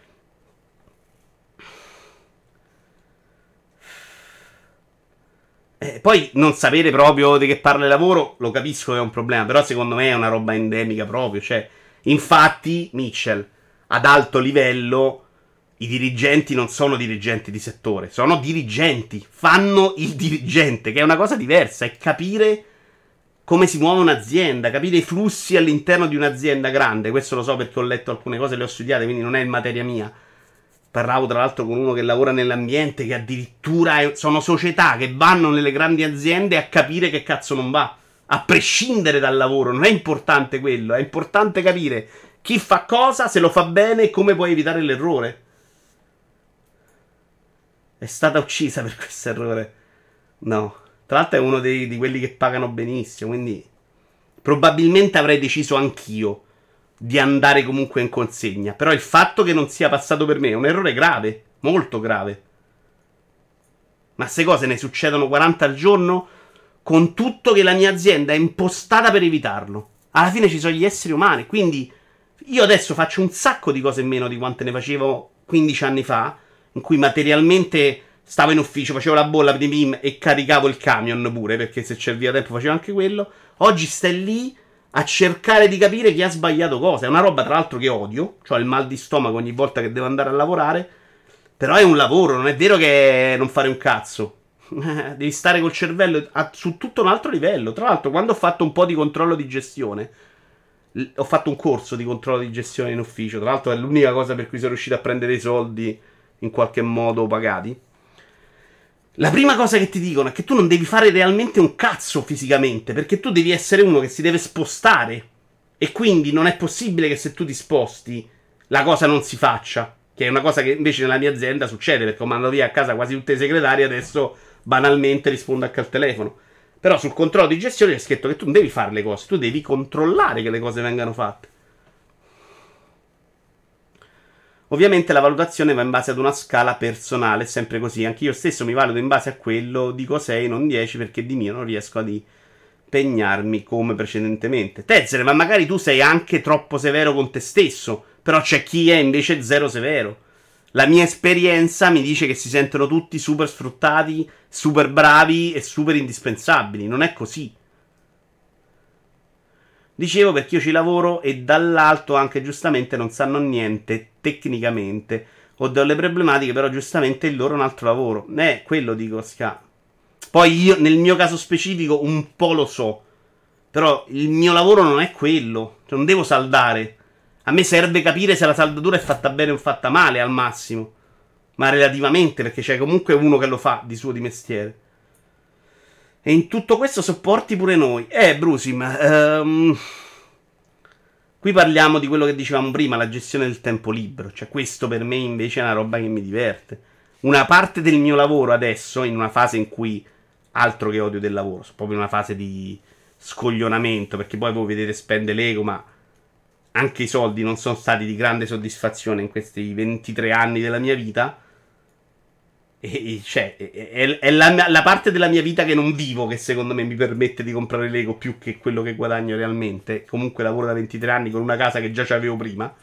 Poi non sapere proprio di che parla il lavoro, lo capisco che è un problema, però secondo me è una roba endemica proprio. Cioè, infatti, Mitchell, ad alto livello, i dirigenti non sono dirigenti di settore, sono dirigenti, fanno il dirigente, che è una cosa diversa, è capire come si muove un'azienda, capire i flussi all'interno di un'azienda grande. Questo lo so perché ho letto alcune cose, le ho studiate, quindi non è in materia mia. Parlavo tra l'altro con uno che lavora nell'ambiente, che addirittura sono società che vanno nelle grandi aziende a capire che cazzo non va, a prescindere dal lavoro. Non è importante quello, è importante capire chi fa cosa, se lo fa bene e come puoi evitare l'errore. È stata uccisa per questo errore. No. Tra l'altro è uno di quelli che pagano benissimo, quindi probabilmente avrei deciso anch'io di andare comunque in consegna. Però il fatto che non sia passato per me è un errore grave, molto grave. Ma queste cose ne succedono 40 al giorno, con tutto che la mia azienda è impostata per evitarlo. Alla fine ci sono gli esseri umani, quindi io adesso faccio un sacco di cose in meno di quante ne facevo 15 anni fa, in cui materialmente stavo in ufficio, facevo la bolla di PIM e caricavo il camion pure, perché se c'era tempo facevo anche quello. Oggi stai lì a cercare di capire chi ha sbagliato cosa. È una roba, tra l'altro, che odio. C'ho il mal di stomaco ogni volta che devo andare a lavorare. Però è un lavoro, non è vero che non fare un cazzo. Devi stare col cervello su tutto un altro livello. Tra l'altro, quando ho fatto un po' di controllo di gestione, ho fatto un corso di controllo di gestione in ufficio. Tra l'altro, è l'unica cosa per cui sono riuscito a prendere i soldi in qualche modo pagati. La prima cosa che ti dicono è che tu non devi fare realmente un cazzo fisicamente, perché tu devi essere uno che si deve spostare. E quindi non è possibile che se tu ti sposti la cosa non si faccia. Che è una cosa che invece nella mia azienda succede, perché ho mandato via a casa quasi tutte le segretarie, adesso banalmente rispondo anche al telefono. Però sul controllo di gestione c'è scritto che tu non devi fare le cose, tu devi controllare che le cose vengano fatte. Ovviamente la valutazione va in base ad una scala personale, è sempre così. Anche io stesso mi valuto in base a quello, dico 6, non 10, perché di mio non riesco ad impegnarmi come precedentemente. Tezzere, ma magari tu sei anche troppo severo con te stesso, però c'è chi è invece zero severo. La mia esperienza mi dice che si sentono tutti super sfruttati, super bravi e super indispensabili. Non è così. Dicevo perché io ci lavoro e dall'alto anche giustamente non sanno niente tecnicamente. Ho delle problematiche, però giustamente il loro è un altro lavoro. Quello dico, Ska. Poi io, nel mio caso specifico, un po' lo so. Però il mio lavoro non è quello. Cioè, non devo saldare. A me serve capire se la saldatura è fatta bene o fatta male, al massimo. Ma relativamente, perché c'è comunque uno che lo fa di suo di mestiere. E in tutto questo sopporti pure noi. Brusim, qui parliamo di quello che dicevamo prima, la gestione del tempo libero. Cioè, questo per me invece è una roba che mi diverte. Una parte del mio lavoro adesso, in una fase in cui altro che odio del lavoro, sono proprio in una fase di scoglionamento, perché poi voi vedete spende l'ego, ma anche i soldi non sono stati di grande soddisfazione in questi 23 anni della mia vita. Cioè, è la parte della mia vita che non vivo che secondo me mi permette di comprare l'ego più che quello che guadagno realmente. Comunque lavoro da 23 anni con una casa che già c'avevo prima.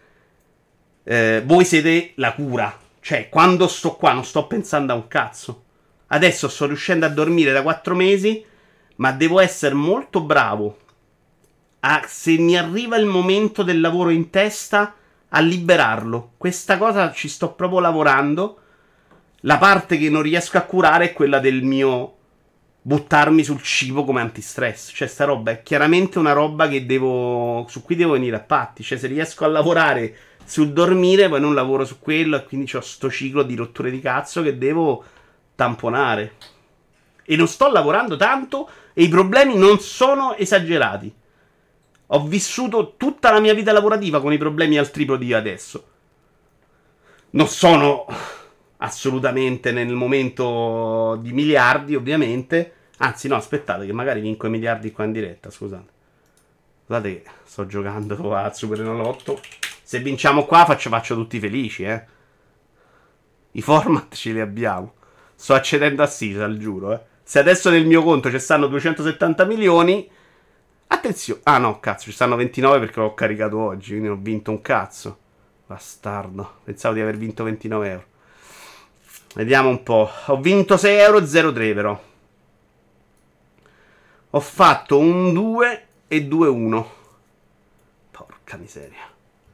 Voi siete la cura. Cioè, quando sto qua non sto pensando a un cazzo. Adesso sto riuscendo a dormire da 4 mesi, ma devo essere molto bravo se mi arriva il momento del lavoro in testa, a liberarlo. Questa cosa ci sto proprio lavorando. La parte che non riesco a curare è quella del mio buttarmi sul cibo come antistress. Cioè, sta roba è chiaramente una roba che su cui devo venire a patti. Cioè, se riesco a lavorare sul dormire, poi non lavoro su quello, e quindi ho sto ciclo di rotture di cazzo che devo tamponare. E non sto lavorando tanto e i problemi non sono esagerati. Ho vissuto tutta la mia vita lavorativa con i problemi al triplo di adesso. Non sono assolutamente nel momento di miliardi, ovviamente. Anzi, no, aspettate, che magari vinco i miliardi qua in diretta. Scusate che sto giocando al Super Enalotto. Se vinciamo qua, faccio tutti felici, eh. I format ce li abbiamo. Sto accedendo a Sisal, giuro, Se adesso nel mio conto ci stanno 270 milioni. Attenzione. Ah, no, cazzo, ci stanno 29 perché l'ho caricato oggi. Quindi ho vinto un cazzo. Bastardo. Pensavo di aver vinto 29 euro. Vediamo un po'. Ho vinto 6,03 però. Ho fatto un 2 e 2-1. Porca miseria.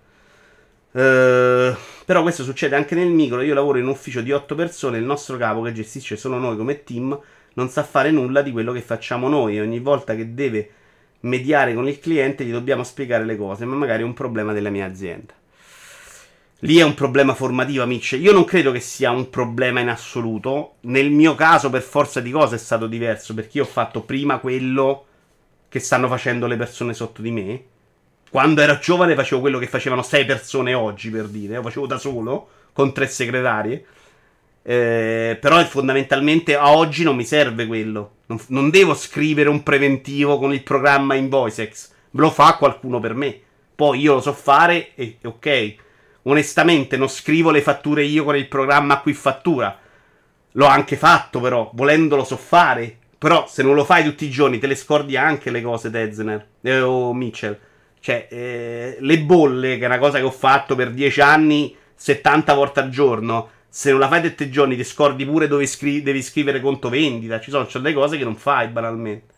Però questo succede anche nel micro. Io lavoro in un ufficio di 8 persone. Il nostro capo, che gestisce solo noi come team, non sa fare nulla di quello che facciamo noi. E ogni volta che deve mediare con il cliente gli dobbiamo spiegare le cose. Ma magari è un problema della mia azienda. Lì è un problema formativo, amici. Io non credo che sia un problema in assoluto. Nel mio caso, per forza di cose, è stato diverso. Perché io ho fatto prima quello che stanno facendo le persone sotto di me. Quando ero giovane facevo quello che facevano 6 persone oggi, per dire. Lo facevo da solo, con 3 segretarie. Però fondamentalmente a oggi non mi serve quello. Non devo scrivere un preventivo con il programma InvoiceX. Lo fa qualcuno per me. Poi io lo so fare e ok. Onestamente non scrivo le fatture io con il programma a cui fattura. L'ho anche fatto, però volendo lo so fare. Però se non lo fai tutti i giorni te le scordi anche le cose, Tezner o Mitchell. Cioè le bolle, che è una cosa che ho fatto per 10 anni 70 volte al giorno. Se non la fai tutti i giorni, ti scordi pure dove devi scrivere conto vendita. Ci sono delle cose che non fai banalmente.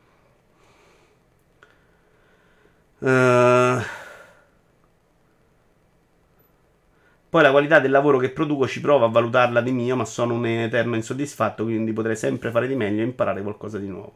Poi la qualità del lavoro che produco ci provo a valutarla di mio, ma sono un eterno insoddisfatto, quindi potrei sempre fare di meglio e imparare qualcosa di nuovo.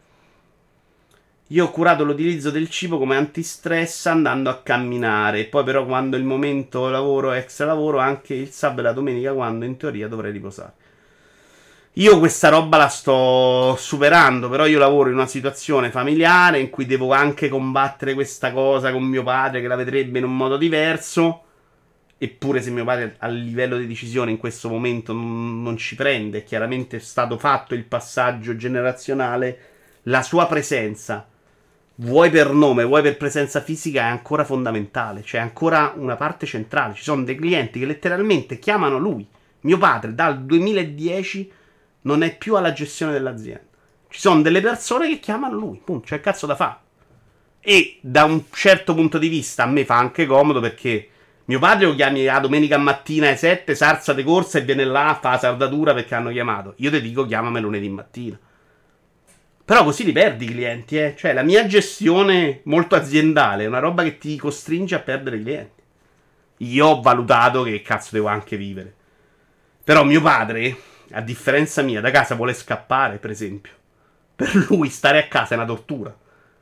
Io ho curato l'utilizzo del cibo come antistress andando a camminare. Poi però quando il momento lavoro, extra lavoro, anche il sabato e la domenica quando in teoria dovrei riposare. Io questa roba la sto superando, però io lavoro in una situazione familiare in cui devo anche combattere questa cosa con mio padre che la vedrebbe in un modo diverso. Eppure se mio padre a livello di decisione in questo momento non ci prende, chiaramente è stato fatto il passaggio generazionale, la sua presenza, vuoi per nome, vuoi per presenza fisica, è ancora fondamentale, cioè è ancora una parte centrale. Ci sono dei clienti che letteralmente chiamano lui. Mio padre dal 2010 non è più alla gestione dell'azienda. Ci sono delle persone che chiamano lui, punto, c'è cazzo da fare. E da un certo punto di vista a me fa anche comodo perché mio padre lo chiami la domenica mattina alle 7, sarza di corsa e viene là, fa la saldatura perché hanno chiamato. Io ti dico chiamami lunedì mattina. Però così li perdi i clienti, eh. Cioè la mia gestione molto aziendale è una roba che ti costringe a perdere i clienti. Io ho valutato che cazzo devo anche vivere. Però mio padre, a differenza mia, da casa vuole scappare, per esempio. Per lui stare a casa è una tortura.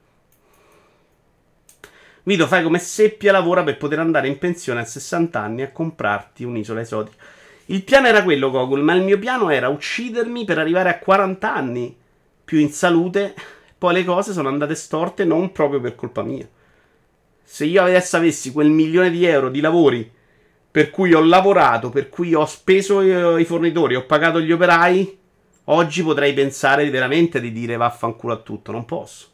Vito, fai come Seppia lavora per poter andare in pensione a 60 anni a comprarti un'isola esotica. Il piano era quello, Gogol, ma il mio piano era uccidermi per arrivare a 40 anni più in salute. Poi le cose sono andate storte non proprio per colpa mia. Se io adesso avessi quel milione di euro di lavori per cui ho lavorato, per cui ho speso i fornitori, ho pagato gli operai, oggi potrei pensare veramente di dire vaffanculo a tutto. Non posso.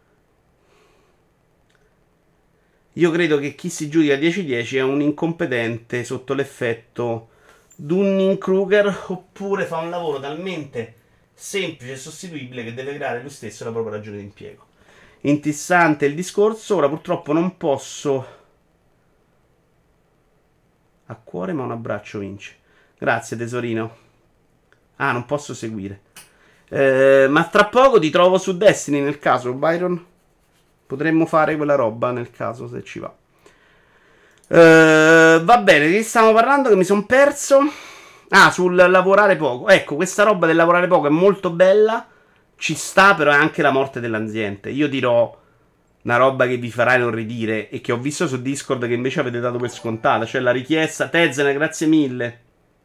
Io credo che chi si giudica 10-10 è un incompetente sotto l'effetto Dunning-Kruger oppure fa un lavoro talmente semplice e sostituibile che deve creare lui stesso la propria ragione di impiego. Interessante il discorso. Ora purtroppo non posso a cuore, ma un abbraccio vince. Grazie tesorino. Ah, non posso seguire. Ma tra poco ti trovo su Destiny nel caso, Byron. Potremmo fare quella roba nel caso se ci va. Va bene, di che stiamo parlando che mi sono perso? Ah, sul lavorare poco. Ecco, questa roba del lavorare poco è molto bella. Ci sta, però è anche la morte dell'ambiente. Io dirò una roba che vi farà inorridire e che ho visto su Discord che invece avete dato per scontata. Cioè la richiesta. Tezena, grazie mille.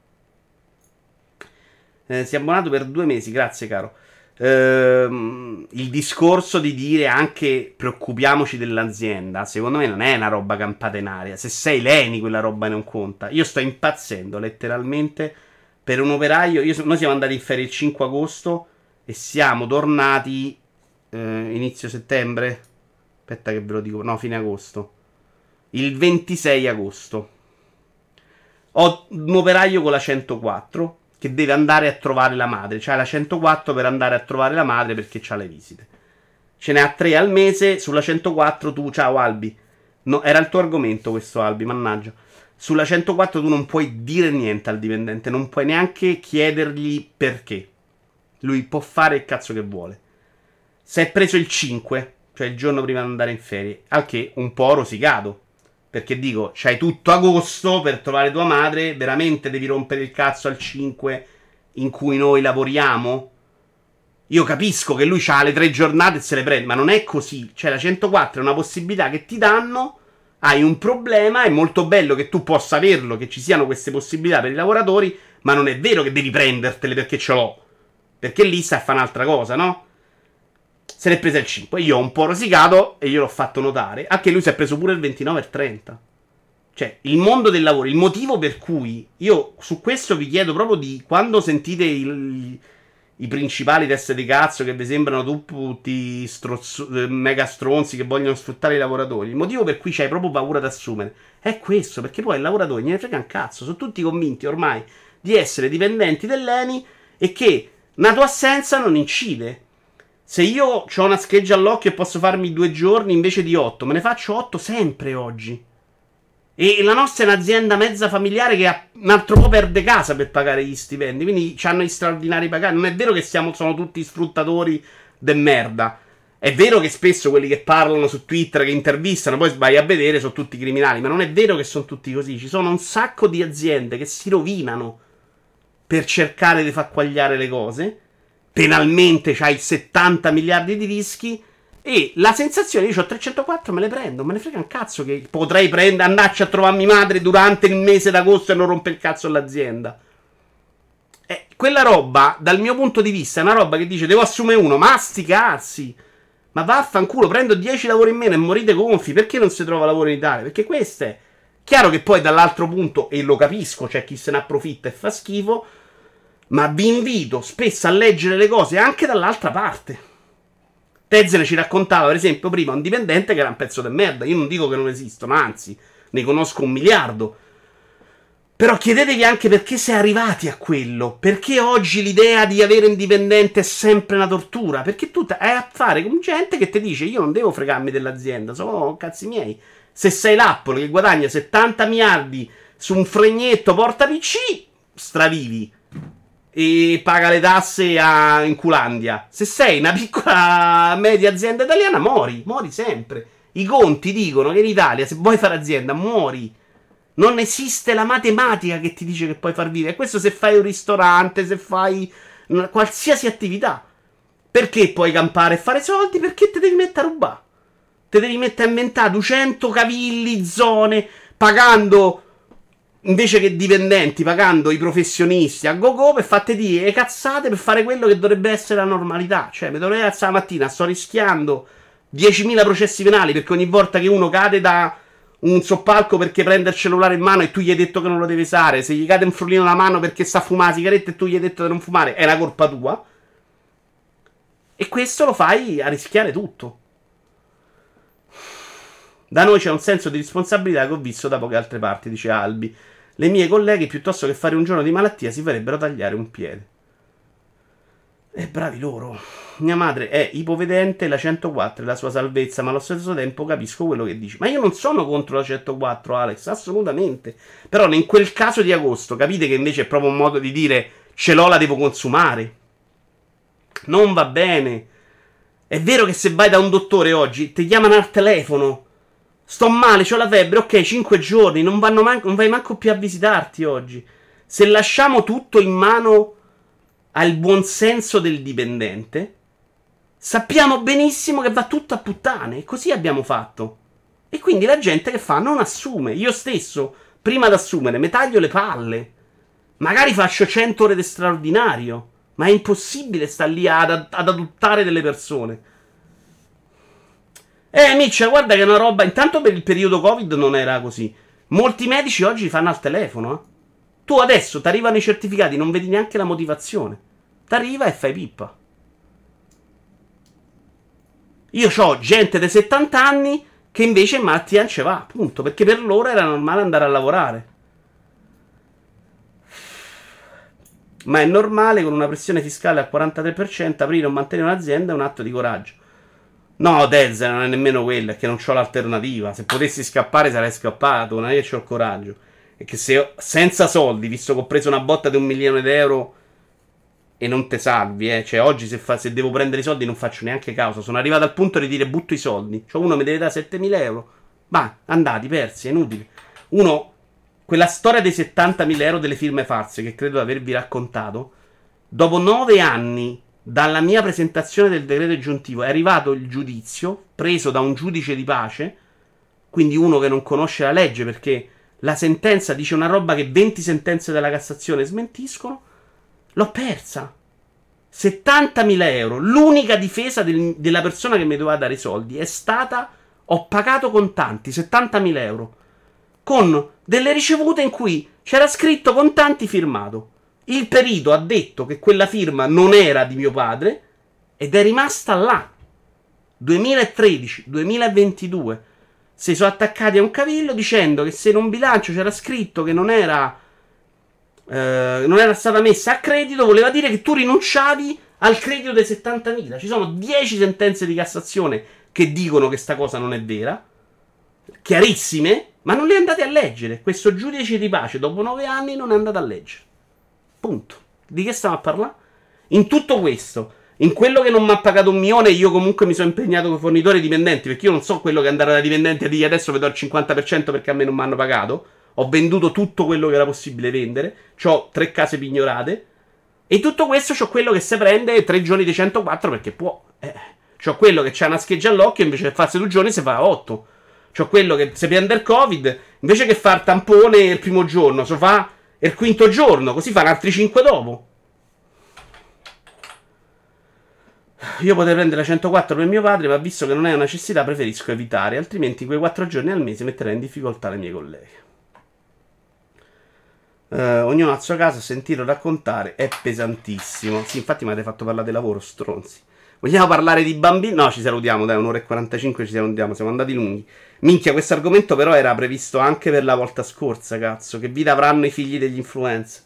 Si è abbonato per 2 mesi, grazie caro. Il discorso di dire anche preoccupiamoci dell'azienda, secondo me non è una roba campata in aria. Se sei Leni quella roba non conta. Io sto impazzendo letteralmente per un operaio. Noi siamo andati in ferie il 5 agosto e siamo tornati inizio settembre. Aspetta che ve lo dico. No, fine agosto. Il 26 agosto. Ho un operaio con la 104 che deve andare a trovare la madre. C'ha la 104 per andare a trovare la madre perché c'ha le visite. Ce ne ha 3 al mese. Sulla 104 tu, ciao Albi. No, era il tuo argomento questo, Albi, mannaggia. Sulla 104 tu non puoi dire niente al dipendente. Non puoi neanche chiedergli perché. Lui può fare il cazzo che vuole. Si è preso il 5, cioè il giorno prima di andare in ferie. Al che un po' rosicato. Perché dico, c'hai tutto agosto per trovare tua madre, veramente devi rompere il cazzo al 5 in cui noi lavoriamo? Io capisco che lui c'ha le 3 giornate e se le prende, ma non è così. Cioè la 104 è una possibilità che ti danno, hai un problema, è molto bello che tu possa averlo, che ci siano queste possibilità per i lavoratori, ma non è vero che devi prendertele perché ce l'ho. Perché lì sta a fare un'altra cosa, no? Se l'è presa il 5. Io ho un po' rosicato e gliel'ho fatto notare. Anche lui si è preso pure il 29 e il 30. Cioè, il mondo del lavoro, il motivo per cui io su questo vi chiedo proprio di quando sentite i principali teste di cazzo che vi sembrano tutti mega stronzi che vogliono sfruttare i lavoratori. Il motivo per cui c'hai proprio paura di assumere è questo, perché poi il lavoratore gliene frega un cazzo. Sono tutti convinti ormai di essere dipendenti dell'ENI e che una tua assenza non incide. Se io ho una scheggia all'occhio e posso farmi 2 giorni invece di 8, me ne faccio 8 sempre oggi. E la nostra è un'azienda mezza familiare che un altro po' perde casa per pagare gli stipendi. Quindi hanno gli straordinari pagati. Non è vero che sono tutti sfruttatori de merda. È vero che spesso quelli che parlano su Twitter, che intervistano, poi vai a vedere, sono tutti criminali. Ma non è vero che sono tutti così. Ci sono un sacco di aziende che si rovinano per cercare di far quagliare le cose. Penalmente c'hai 70 miliardi di rischi. E la sensazione, io ho 304, me le prendo. Me ne frega un cazzo che potrei prendere, andarci a trovare mia madre durante il mese d'agosto e non rompe il cazzo all'azienda. Quella roba, dal mio punto di vista, è una roba che dice devo assumere uno. Ma sti cazzi! Ma vaffanculo, prendo 10 lavori in meno e morite gonfi. Perché non si trova lavoro in Italia? Perché questo è chiaro che poi dall'altro punto, e lo capisco, c'è chi se ne approfitta e fa schifo. Ma vi invito spesso a leggere le cose anche dall'altra parte. Tezzene ci raccontava, per esempio, prima un dipendente che era un pezzo di merda. Io non dico che non esistono, anzi, ne conosco 1 miliardo. Però chiedetevi anche perché si è arrivati a quello. Perché oggi l'idea di avere un dipendente è sempre una tortura. Perché tu hai a fare con gente che ti dice io non devo fregarmi dell'azienda, sono cazzi miei. Se sei l'Apple che guadagna 70 miliardi su un fregnetto porta PC, stravivi. E paga le tasse in Culandia. Se sei una piccola media azienda italiana, muori sempre. I conti dicono che in Italia, se vuoi fare azienda, muori. Non esiste la matematica che ti dice che puoi far vivere. E questo se fai un ristorante, se fai qualsiasi attività. Perché puoi campare e fare soldi? Perché te devi mettere a rubare. Te devi mettere a inventare 200 cavilli, zone, pagando, invece che dipendenti, pagando i professionisti a go-go per fatte dire cazzate per fare quello che dovrebbe essere la normalità. Cioè, mi dovrei alzare la mattina, sto rischiando 10.000 processi penali perché ogni volta che uno cade da un soppalco perché prende il cellulare in mano e tu gli hai detto che non lo deve usare, se gli cade un frullino alla mano perché sta a fumare la sigaretta e tu gli hai detto di non fumare, è la colpa tua. E questo lo fai a rischiare tutto. Da noi c'è un senso di responsabilità che ho visto da poche altre parti, dice Albi. Le mie colleghe, piuttosto che fare un giorno di malattia, si farebbero tagliare un piede. E bravi loro. Mia madre è ipovedente, la 104 è la sua salvezza, ma allo stesso tempo capisco quello che dici. Ma io non sono contro la 104, Alex, assolutamente. Però in quel caso di agosto, capite che invece è proprio un modo di dire ce l'ho, la devo consumare. Non va bene. È vero che se vai da un dottore oggi, ti chiamano al telefono. Sto male, c'ho la febbre, ok, 5 giorni, non vai manco più a visitarti oggi. Se lasciamo tutto in mano al buonsenso del dipendente, sappiamo benissimo che va tutto a puttane. E così abbiamo fatto. E quindi la gente che fa? Non assume. Io stesso, prima di assumere, mi taglio le palle. Magari faccio 100 ore di straordinario. Ma è impossibile stare lì ad adottare delle persone. Mitch, guarda che è una roba. Intanto per il periodo Covid non era così. Molti medici oggi fanno al telefono. Tu adesso ti arrivano i certificati, non vedi neanche la motivazione. Ti arriva e fai pippa. Io ho gente di 70 anni che invece in malattia non ci va, appunto, perché per loro era normale andare a lavorare. Ma è normale con una pressione fiscale al 43% aprire o mantenere un'azienda è un atto di coraggio. No, Dez, non è nemmeno quello, è che non c'ho l'alternativa. Se potessi scappare sarei scappato, non è che c'ho il coraggio. È che se senza soldi, visto che ho preso una botta di 1 milione di euro e non te salvi, cioè oggi se devo prendere i soldi non faccio neanche causa. Sono arrivato al punto di dire butto i soldi. Cioè uno mi deve dare 7.000 euro. Ma andati, persi, è inutile. Quella storia dei 70.000 euro delle firme false che credo di avervi raccontato, dopo 9 anni dalla mia presentazione del decreto aggiuntivo è arrivato il giudizio preso da un giudice di pace, quindi uno che non conosce la legge perché la sentenza dice una roba che 20 sentenze della Cassazione smentiscono. L'ho persa. 70.000 euro. L'unica difesa della persona che mi doveva dare i soldi è stata: ho pagato contanti 70.000 euro con delle ricevute in cui c'era scritto contanti firmato. Il perito ha detto che quella firma non era di mio padre ed è rimasta là. 2013, 2022 si sono attaccati a un cavillo dicendo che se in un bilancio c'era scritto che non era stata messa a credito, voleva dire che tu rinunciavi al credito dei 70.000. Ci sono 10 sentenze di Cassazione che dicono che sta cosa non è vera. chiarissime, ma non le andate a leggere. Questo giudice di pace, dopo 9 anni, non è andato a leggere. Punto. Di che stiamo a parlare? In tutto questo, in quello che non mi ha pagato 1 milione, io comunque mi sono impegnato con i fornitori dipendenti, perché io non so quello che andare da dipendenti a dire adesso vedo il 50% perché a me non mi hanno pagato. Ho venduto tutto quello che era possibile vendere. C'ho 3 case pignorate. E tutto questo c'ho quello che si prende 3 giorni di 104 perché può. C'ho quello che c'ha una scheggia all'occhio, invece che farsi 2 giorni si fa 8. C'ho quello che si prende il Covid, invece che far tampone il primo giorno, si fa il quinto giorno, così fanno altri 5 dopo. Io potrei prendere la 104 per mio padre, ma visto che non è una necessità preferisco evitare, altrimenti quei 4 giorni al mese metterei in difficoltà le mie colleghe. Ognuno ha il suo caso, sentirlo raccontare è pesantissimo. Sì, infatti mi avete fatto parlare di lavoro, stronzi. Vogliamo parlare di bambini? No, ci salutiamo, dai, 1 ora e 45 ci salutiamo, siamo andati lunghi. Minchia, questo argomento però era previsto anche per la volta scorsa, cazzo. Che vita avranno i figli degli influencer?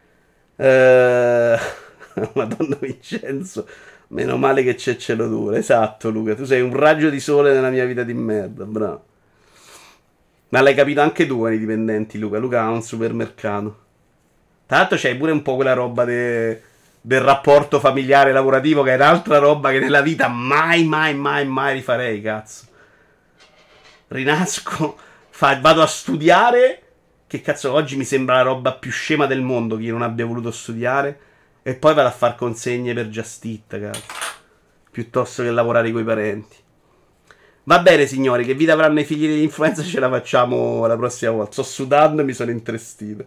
Madonna Vincenzo, meno male che c'è cielo duro. Esatto, Luca, tu sei un raggio di sole nella mia vita di merda, bravo. Ma l'hai capito anche tu, i dipendenti, Luca. Luca ha un supermercato. Tra l'altro c'hai pure un po' quella roba del rapporto familiare lavorativo, che è un'altra roba che nella vita mai rifarei, cazzo. Rinasco, vado a studiare, che cazzo oggi mi sembra la roba più scema del mondo, che io non abbia voluto studiare, e poi vado a far consegne per Just Eat, cazzo. Piuttosto che lavorare coi parenti. Va bene, signori, che vita avranno i figli degli influencer, ce la facciamo la prossima volta. Sto sudando e mi sono intristito.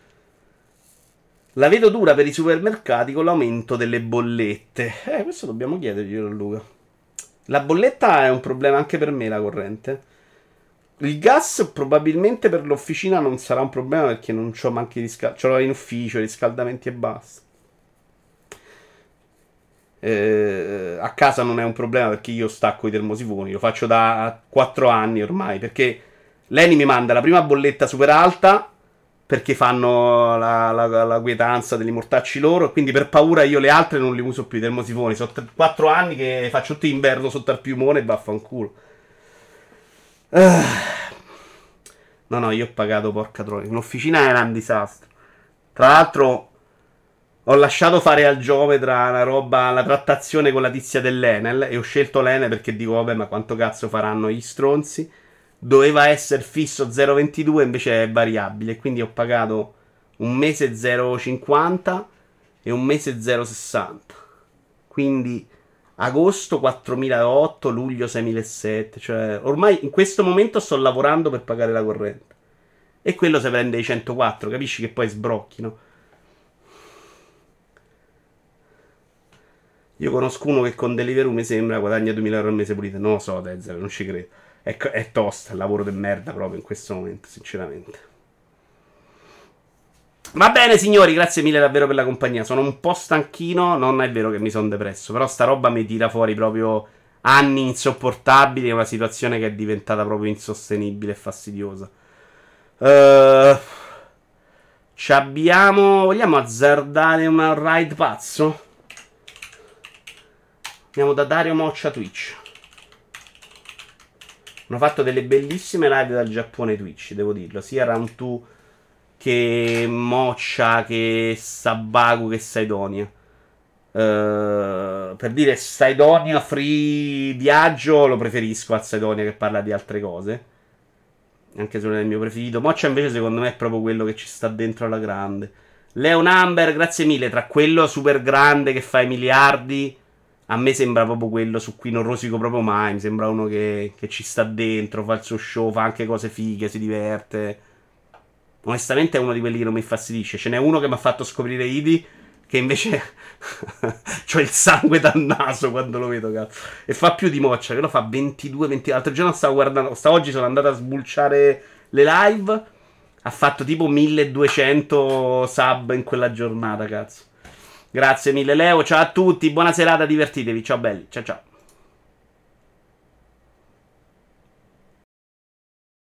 La vedo dura per i supermercati con l'aumento delle bollette. Questo dobbiamo chiederglielo a Luca. La bolletta è un problema anche per me, la corrente. Il gas probabilmente per l'officina non sarà un problema perché non c'ho manchi riscaldamenti. Ce l'ho in ufficio, riscaldamenti e basta. A casa non è un problema perché io stacco i termosifoni. Lo faccio da 4 anni ormai. Perché Leni mi manda la prima bolletta super alta perché fanno la quietanza degli mortacci loro. E quindi per paura io le altre non li uso più i termosifoni. Sono 4 anni che faccio tutto inverno sotto al piumone e vaffanculo. No, io ho pagato, porca troia. In officina era un disastro. Tra l'altro ho lasciato fare al geometra la roba, la trattazione con la tizia dell'Enel. E ho scelto l'Enel perché dico, vabbè, ma quanto cazzo faranno gli stronzi? Doveva essere fisso 0,22, invece è variabile. Quindi ho pagato un mese 0,50 e un mese 0,60. Quindi agosto 4.008, luglio 6.007. Cioè, ormai in questo momento sto lavorando per pagare la corrente. E quello se prende i 104, capisci che poi sbrocchino. Io conosco uno che con Deliveroo mi sembra guadagna 2.000 euro al mese pulito. Non lo so, Dezer, non ci credo. È tosta, il lavoro di merda proprio in questo momento, sinceramente. Va bene, signori, grazie mille davvero per la compagnia. Sono un po' stanchino, non è vero che mi sono depresso, però sta roba mi tira fuori proprio anni insopportabili. È una situazione che è diventata proprio insostenibile e fastidiosa. Vogliamo azzardare un ride pazzo? Andiamo da Dario Moccia Twitch. Hanno fatto delle bellissime live dal Giappone Twitch, devo dirlo. Sia Round 2 che Moccia, che Sabaku, che Saidonia. Per dire Saidonia free viaggio lo preferisco a Saidonia che parla di altre cose. Anche se non è il mio preferito. Moccia invece secondo me è proprio quello che ci sta dentro alla grande. Leon Amber, grazie mille. Tra quello super grande che fa i miliardi, a me sembra proprio quello su cui non rosico proprio mai. Mi sembra uno che ci sta dentro, fa il suo show, fa anche cose fighe, si diverte. Onestamente è uno di quelli che non mi infastidisce. Ce n'è uno che mi ha fatto scoprire Idi, che invece c'ho il sangue dal naso quando lo vedo, cazzo. E fa più di Moccia, che lo fa 22, 20. L'altro giorno stavo guardando, oggi sono andato a sbulciare le live. Ha fatto tipo 1200 sub in quella giornata, cazzo. Grazie mille Leo, ciao a tutti, buona serata, divertitevi, ciao belli, ciao ciao.